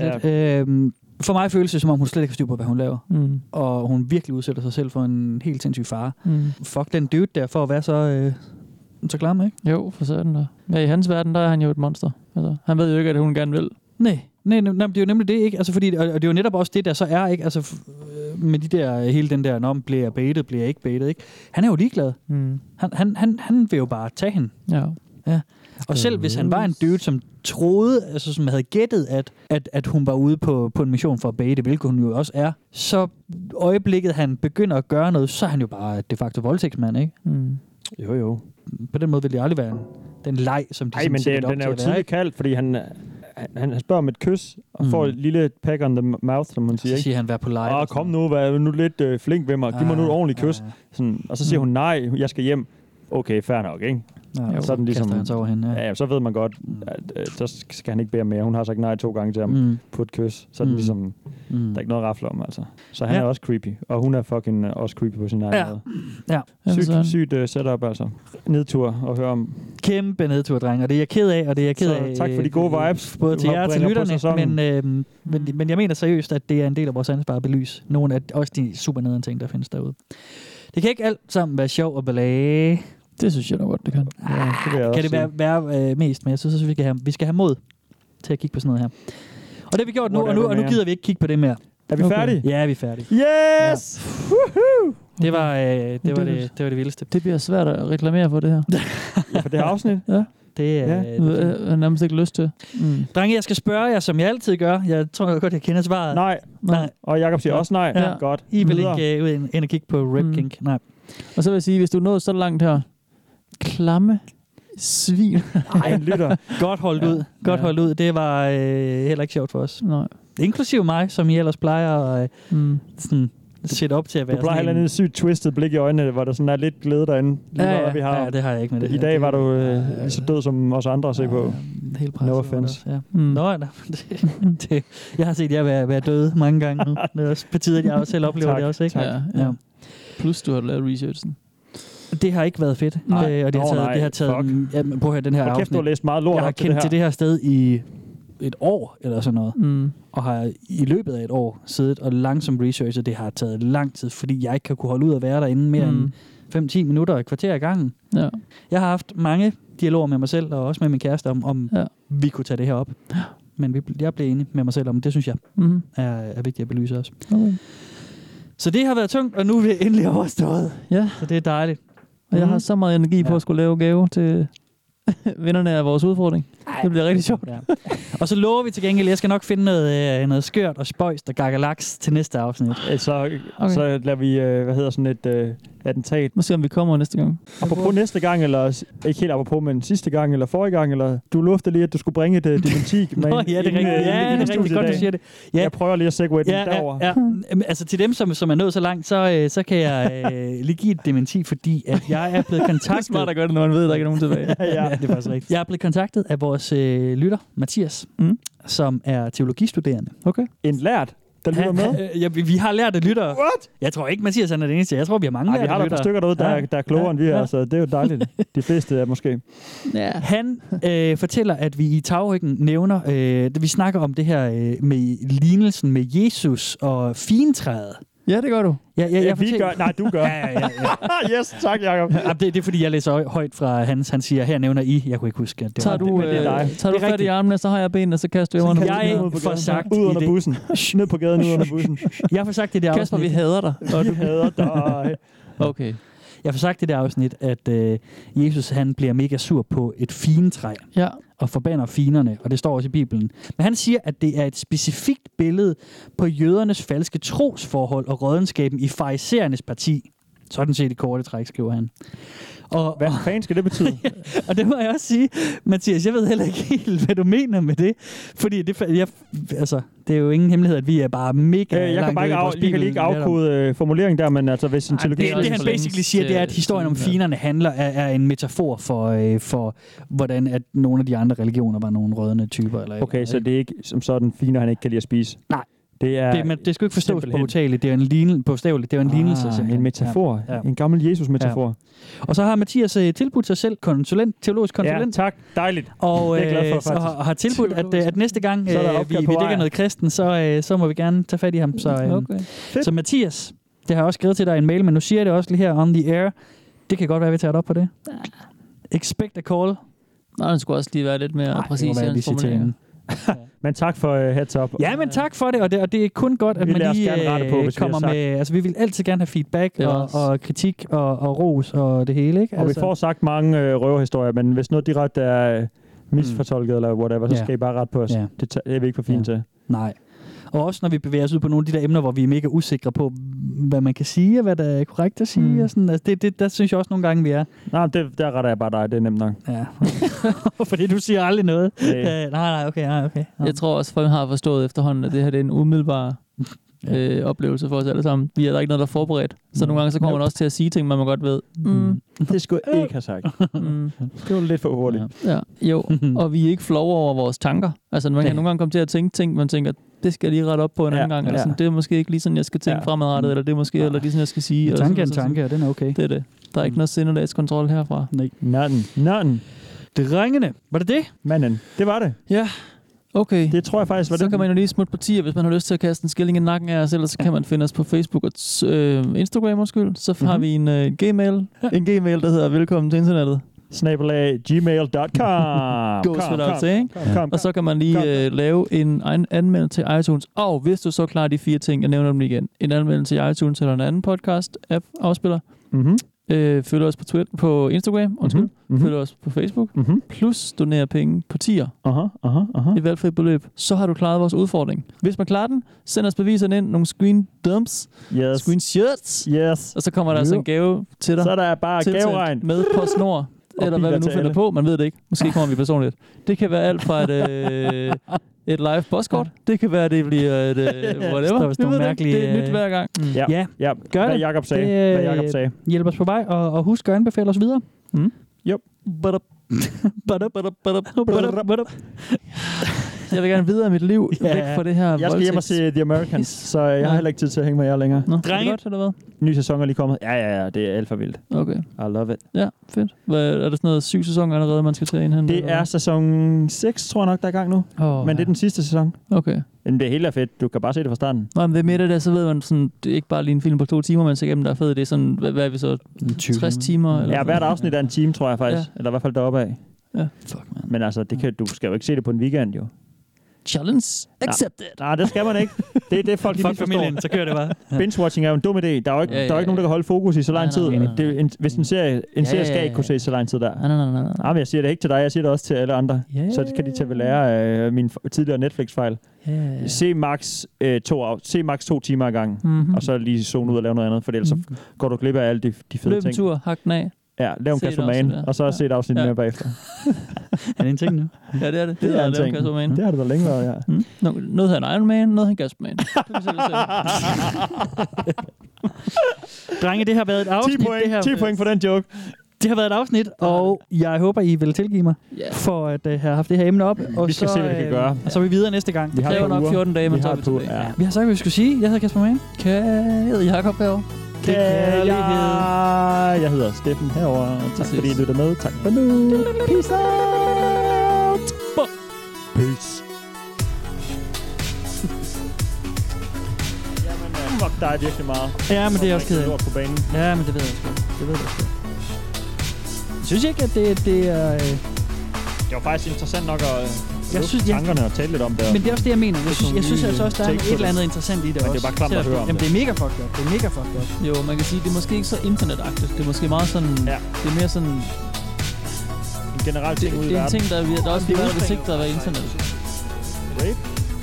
for mig føles det, som om hun slet ikke har styr på, hvad hun laver. Og hun virkelig udsætter sig selv for en helt sindssyg fare. Fuck den dude der, for at være så klam, ikke? Jo, for sådan der. Ja, i hans verden, der er han jo et monster. Altså, han ved jo ikke, at hun gerne vil. Nej, det er jo nemlig det, ikke? Altså, fordi, og det er jo netop også det, der så er, ikke? Altså, med de der, hele den der, når bliver jeg baitet, bliver jeg ikke baitet, ikke? Han er jo ligeglad. Han vil jo bare tage hende. Ja. Og selv hvis han var en dude, som troede, altså som havde gættet, at hun var ude på en mission for at baite, hvilket hun jo også er, så øjeblikket, han begynder at gøre noget, så er han jo bare de facto voldtægtsmand, ikke? Jo. På den måde vil det aldrig være den leg, som de men den er jo tidligt kaldt, fordi han spørger om et kys, og får et lille pack on the mouth, som man siger. Så siger han, vær på leje. Kom nu, vær nu lidt flink ved mig. Giv mig nu et ordentligt kys. Sådan, og så siger hun, nej, jeg skal hjem. Okay, fair nok, ikke? Ja, så er den ligesom, over hende, ja, så ved man godt, at så skal han ikke bære mere. Hun har sagt nej 2 gange til ham på et kys. Så er den ligesom, der er ikke noget at rafle om, altså. Så han er også creepy, og hun er fucking også creepy på sin egen måde. Ja. Sygt setup, altså. Nedtur at høre om. Kæmpe nedtur, dreng, og det er jeg ked af, og det er jeg ked af. Tak for de gode vibes. Både til jer og til lytterne, men jeg mener seriøst, at det er en del af vores ansvar at belyse nogle af også de super nederen ting, der findes derude. Det kan ikke alt sammen være sjov og ballade. Det synes jeg nok godt, det kan. Ja, det kan det være mest, men jeg synes, vi skal have mod til at kigge på sådan noget her. Og det har vi gjort nu, og nu gider vi ikke kigge på det mere. Er vi færdige? Ja, vi er færdige. Yes! Ja. Det var det vildeste. Det bliver svært at reklamere for det her. Ja, for det her afsnit? Ja. Det er jeg har nærmest ikke lyst til. Drenge, jeg skal spørge jer, som jeg altid gør. Jeg tror godt, jeg kender svaret. Nej. Og Jakob siger også nej. Ja. Godt. I vil ikke ind og kigge på Rip Kink. Nej. Og så vil jeg sige, hvis du er nået så langt her, klamme svin. Ej, lytter. Godt holdt ud. Godt holdt ud. Det var heller ikke sjovt for os. Nej. Inklusive mig, som I ellers plejer at sådan sætte op til at være. Du plejer sådan en sygt twisted blik i øjnene, hvor der sådan er lidt glæde derinde. Vi har. Ja, det har jeg ikke med det. I dag var du lige så død som os andre at se på. Helt no offense. Ja. Nå, jeg har set jer være døde mange gange nu. Det er også på tide, at jeg også selv oplever det også, ikke? Ja. Plus du har lavet researchen. Det har ikke været fedt. Og det har taget prøv at høre den her afsnit. Kæft, du har læst meget lort. Jeg har kendt til det her sted i et år eller sådan noget. Og har i løbet af et år siddet og langsomt researchet. Det har taget lang tid, fordi jeg ikke kan kunne holde ud at være derinde mere end 5-10 minutter og et kvarter i gangen. Ja. Jeg har haft mange dialoger med mig selv og også med min kæreste om vi kunne tage det her op. Men jeg blev enig med mig selv om, det synes jeg er vigtigt at belyse også. Okay. Så det har været tungt, og nu er vi endelig overstået. Ja. Så det er dejligt. Og jeg har så meget energi på at skulle lave gave til vinderne af vores udfordring. Det bliver rigtig sjovt. Ja. Og så lover vi til gengæld, at jeg skal nok finde noget skørt og spøjst og gakkelaks til næste afsnit. Så lader vi, sådan et attentat. Må se, om vi kommer næste gang. Apropos næste gang, eller ikke helt apropos, men sidste gang, eller forrige gang, eller du luftede lige, at du skulle bringe et dementi med. Nå, ja, det er rigtigt. Ja, det er rigtig godt, du siger det. Ja. Jeg prøver lige at segway den derover. Ja. Altså til dem, som er nået så langt, så kan jeg lige give et dementi, fordi at jeg er blevet kontaktet. Det er smart at gøre det, når man ved, at der ikke er nogen tilbage. Ja, det er faktisk rigtigt. Jeg er blevet kontaktet af vores lytter, Mathias, som er teologistuderende. Okay. En lært, der lytter med? Vi har lært at lytte. What? Jeg tror ikke, Mathias er den eneste. Jeg tror, vi har mange vi har der et par stykker derude, der er klogere end vi er, så det er jo dejligt. De fleste er måske. Ja. Han fortæller, at vi i tagryggen nævner, vi snakker om det her med lignelsen med Jesus og fintræet. Ja, det gør du. Vi gør. Nej, du gør. ja. Yes, tak, Jacob. Det er fordi, jeg læser højt fra Hans. Han siger, her nævner I. Jeg kunne ikke huske, at det tager var det. Tager du fat i armene, så har jeg benene, så kaster jeg under bussen. Jeg får sagt ud under bussen. Ned på gaden, ud under bussen. Jeg får sagt det der afsnit. Kasper, vi hader dig. Vi hader dig. Okay. Jeg får sagt det der afsnit, at Jesus han bliver mega sur på et fintræ. Ja. Og forbander finerne, og det står også i Bibelen. Men han siger, at det er et specifikt billede på jødernes falske trosforhold og rådenskaben i farisæernes parti. Sådan set i korte træk, skriver han. Og, hvad fanden skal det betyde? Og det må jeg også sige, Mathias, jeg ved heller ikke helt, hvad du mener med det. Fordi det er jo ingen hemmelighed, at vi er bare mega jeg kan bare ikke afkode formuleringen der, men altså hvis en teologi... Det han basically siger, det er, at historien om finerne er en metafor for hvordan at nogle af de andre religioner var nogle rødne typer. Eller okay, så det er ikke som sådan finer, han ikke kan lide at spise? Nej. Det skal ikke forstås bogstaveligt. Det er en lignelse. En metafor. Ja. En gammel Jesus-metafor. Ja. Og så har Mathias tilbudt sig selv teologisk konsulent. Ja, tak. Dejligt. Og det er glad for, har tilbudt, at næste gang vi dækker noget kristen, så må vi gerne tage fat i ham. Så Mathias, det har jeg også skrevet til dig i en mail, men nu siger jeg det også lige her on the air. Det kan godt være, at vi tager det op på det. Expect a call. Nej, den skulle også lige være lidt mere præcis i hans formulering. Men tak for heads up. Ja, men tak for det, og det er kun godt, at man lige kommer med... Altså, vi vil altid gerne have feedback og kritik og ros og det hele, ikke? Og vi får sagt mange røverhistorier, men hvis noget direkte er misfortolket eller whatever, så skal I bare ret på os. Ja. Det er vi ikke for fint til. Nej. Og også når vi bevæger os ud på nogle af de der emner, hvor vi er mega usikre på, hvad man kan sige, og hvad der er korrekt at sige. Og sådan. Altså, der synes jeg også nogle gange, vi er. Nej, der retter jeg bare dig. Det er nemt nok. Ja. Fordi du siger aldrig noget. Nej, okay. Jeg tror også, at folk har forstået efterhånden, at det her det er en umiddelbar oplevelse for os alle sammen. Vi er der ikke noget, der er forberedt. Så nogle gange så kommer man også til at sige ting, man godt ved. Det skulle jeg ikke have sagt. Det var lidt for hurtigt. Ja. Jo, og vi er ikke flove over vores tanker. Altså man kan nogle gange komme til at tænke ting, man tænker, det skal jeg lige rette op på en anden gang. Eller sådan, det er måske ikke lige sådan, jeg skal tænke fremadrettet, eller det er måske eller lige sådan, jeg skal sige. En tanke er en tanke, og den er okay. Det er det. Der er ikke noget sindelagskontrol herfra. Nej. None. Drengene. Var det det? Manden. Det var det. Ja. Okay. Det tror jeg faktisk var det. Så kan man jo lige smutte på tier, hvis man har lyst til at kaste en skilling i nakken af os, ellers så kan man finde os på Facebook og Instagram, Så har vi en Gmail. En Gmail, der hedder velkommen til internettet. @gmail.com. Goes without saying. Og så kan man lige lave en anmeldelse til iTunes. Og hvis du så klarer de 4 ting, jeg nævner dem igen. En anmeldelse til iTunes eller en anden podcast-app afspiller. Følg os på Instagram, følg os på Facebook, plus donere penge på tier. Et valgfrit beløb. Så har du klaret vores udfordring. Hvis man klarer den, send os beviserne ind, nogle screen dumps, screenshots, og så kommer der altså en gave til dig. Så der er bare gaveregn. Med på snor, eller hvad vi nu finder på. Man ved det ikke. Måske kommer vi personligt. Det kan være alt fra et live postkort. Det kan være, det bliver et whatever. Det er nyt hver gang. Ja. Gør det. Jacob sagde. Hjælp os på vej, og husk at anbefale os videre. Jo. Jeg vil gerne videre i mit liv væk fra det her. Jeg skal hjem og se The Americans, så jeg har heller ikke tid til at hænge med jer længere. Drenge. Godt, eller hvad? Ny sæson er lige kommet. Ja, det er alt for vildt. Okay. I love it. Ja, fedt. Er det sådan noget 7 sæsoner allerede, man skal tage ind hen? Det er sæson 6, tror jeg nok, der er i gang nu. Men det er den sidste sæson. Okay. Men det er helt fedt. Du kan bare se det fra starten. Nå, men det er med det der, så ved man sådan, det er ikke bare lige en film på 2 timer, men så igennem der er fedt. Det er sådan, hvad er vi så? 60 timer? Eller hvert afsnit er en time, tror jeg faktisk. Eller i hvert fald deroppe af. Ja, fuck man. Men altså, du skal jo ikke se det på en weekend, jo. Challenge accepted. Nej, det skal man ikke. Det er folk, de fuck familien, så kører det bare. Binge-watching er jo en dum idé. Der er jo ikke nogen, der kan holde fokus i så lang tid. Hvis en serie skal ikke kunne se så lang tid der. Nej. Men jeg siger det ikke til dig, jeg siger det også til alle andre. Så det kan de til at lære af min tidligere Netflix-fejl. Se max 2 timer ad gangen, og så lige zone ud og lave noget andet, for ellers så går du glip af alle de fede ting. Løb en tur, hak den af. Ja, lav en Kasper Man, og så se et afsnit mere bagefter. Er det en ting nu? Ja, det er det. Det er en ting. Det har det da længe været, ja. Noget hedder en Iron Man, noget hedder en Kasper Man. Drenge, det har været et afsnit. 10 point for den joke. Det har været et afsnit, og jeg håber, I vil tilgive mig for at have haft det her emne op. Og vi skal se, hvad vi kan gøre. Og så er vi videre næste gang. Vi har nok 14 dage, men så er vi tilbage. Ja. Vi har sagt, hvad vi skulle sige. Jeg hedder Kasper Man. Jeg hedder Jacob herovre. Jeg hedder Steffen herovre. Tak fordi I lytter med. Tak for nu. Peace out. Peace. Fuck dig virkelig meget. Ja, men det er også ked af. Lort på banen. Ja, men det ved jeg også. Det ved jeg også. Jeg synes ikke, at det er... Det var faktisk interessant nok at tankerne og tale lidt om det. Men det er også det, jeg mener. Jeg synes altså også, der er et eller andet interessant i det også. Men det er bare klamt at høre om det. Jamen, det er mega fucked up. Det er mega fucked up. Jo, man kan sige, det er måske ikke så internetagtigt. Det er måske meget sådan... Ja. Det er mere sådan... En generel ting ude i verden. Det er en ting, der også vil være, hvis ikke der var internet. Rape?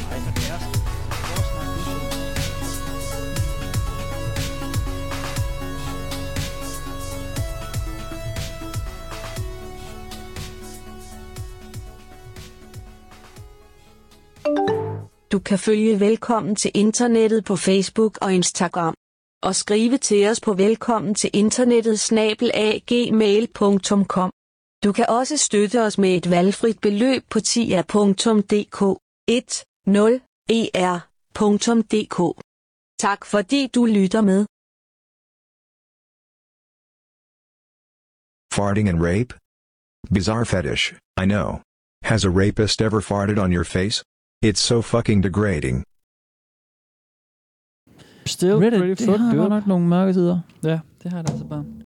Du kan følge Velkommen til Internettet på Facebook og Instagram. Og skrive til os på velkommen til internettet@gmail.com. Du kan også støtte os med et valgfrit beløb på tia.dk 10er.dk. Tak fordi du lytter med. Farting and rape? Bizarre fetish, I know. Has a rapist ever farted on your face? It's so fucking degrading. Still Reddit, det har nok nogle mørke sider. Ja, det har det altså bare.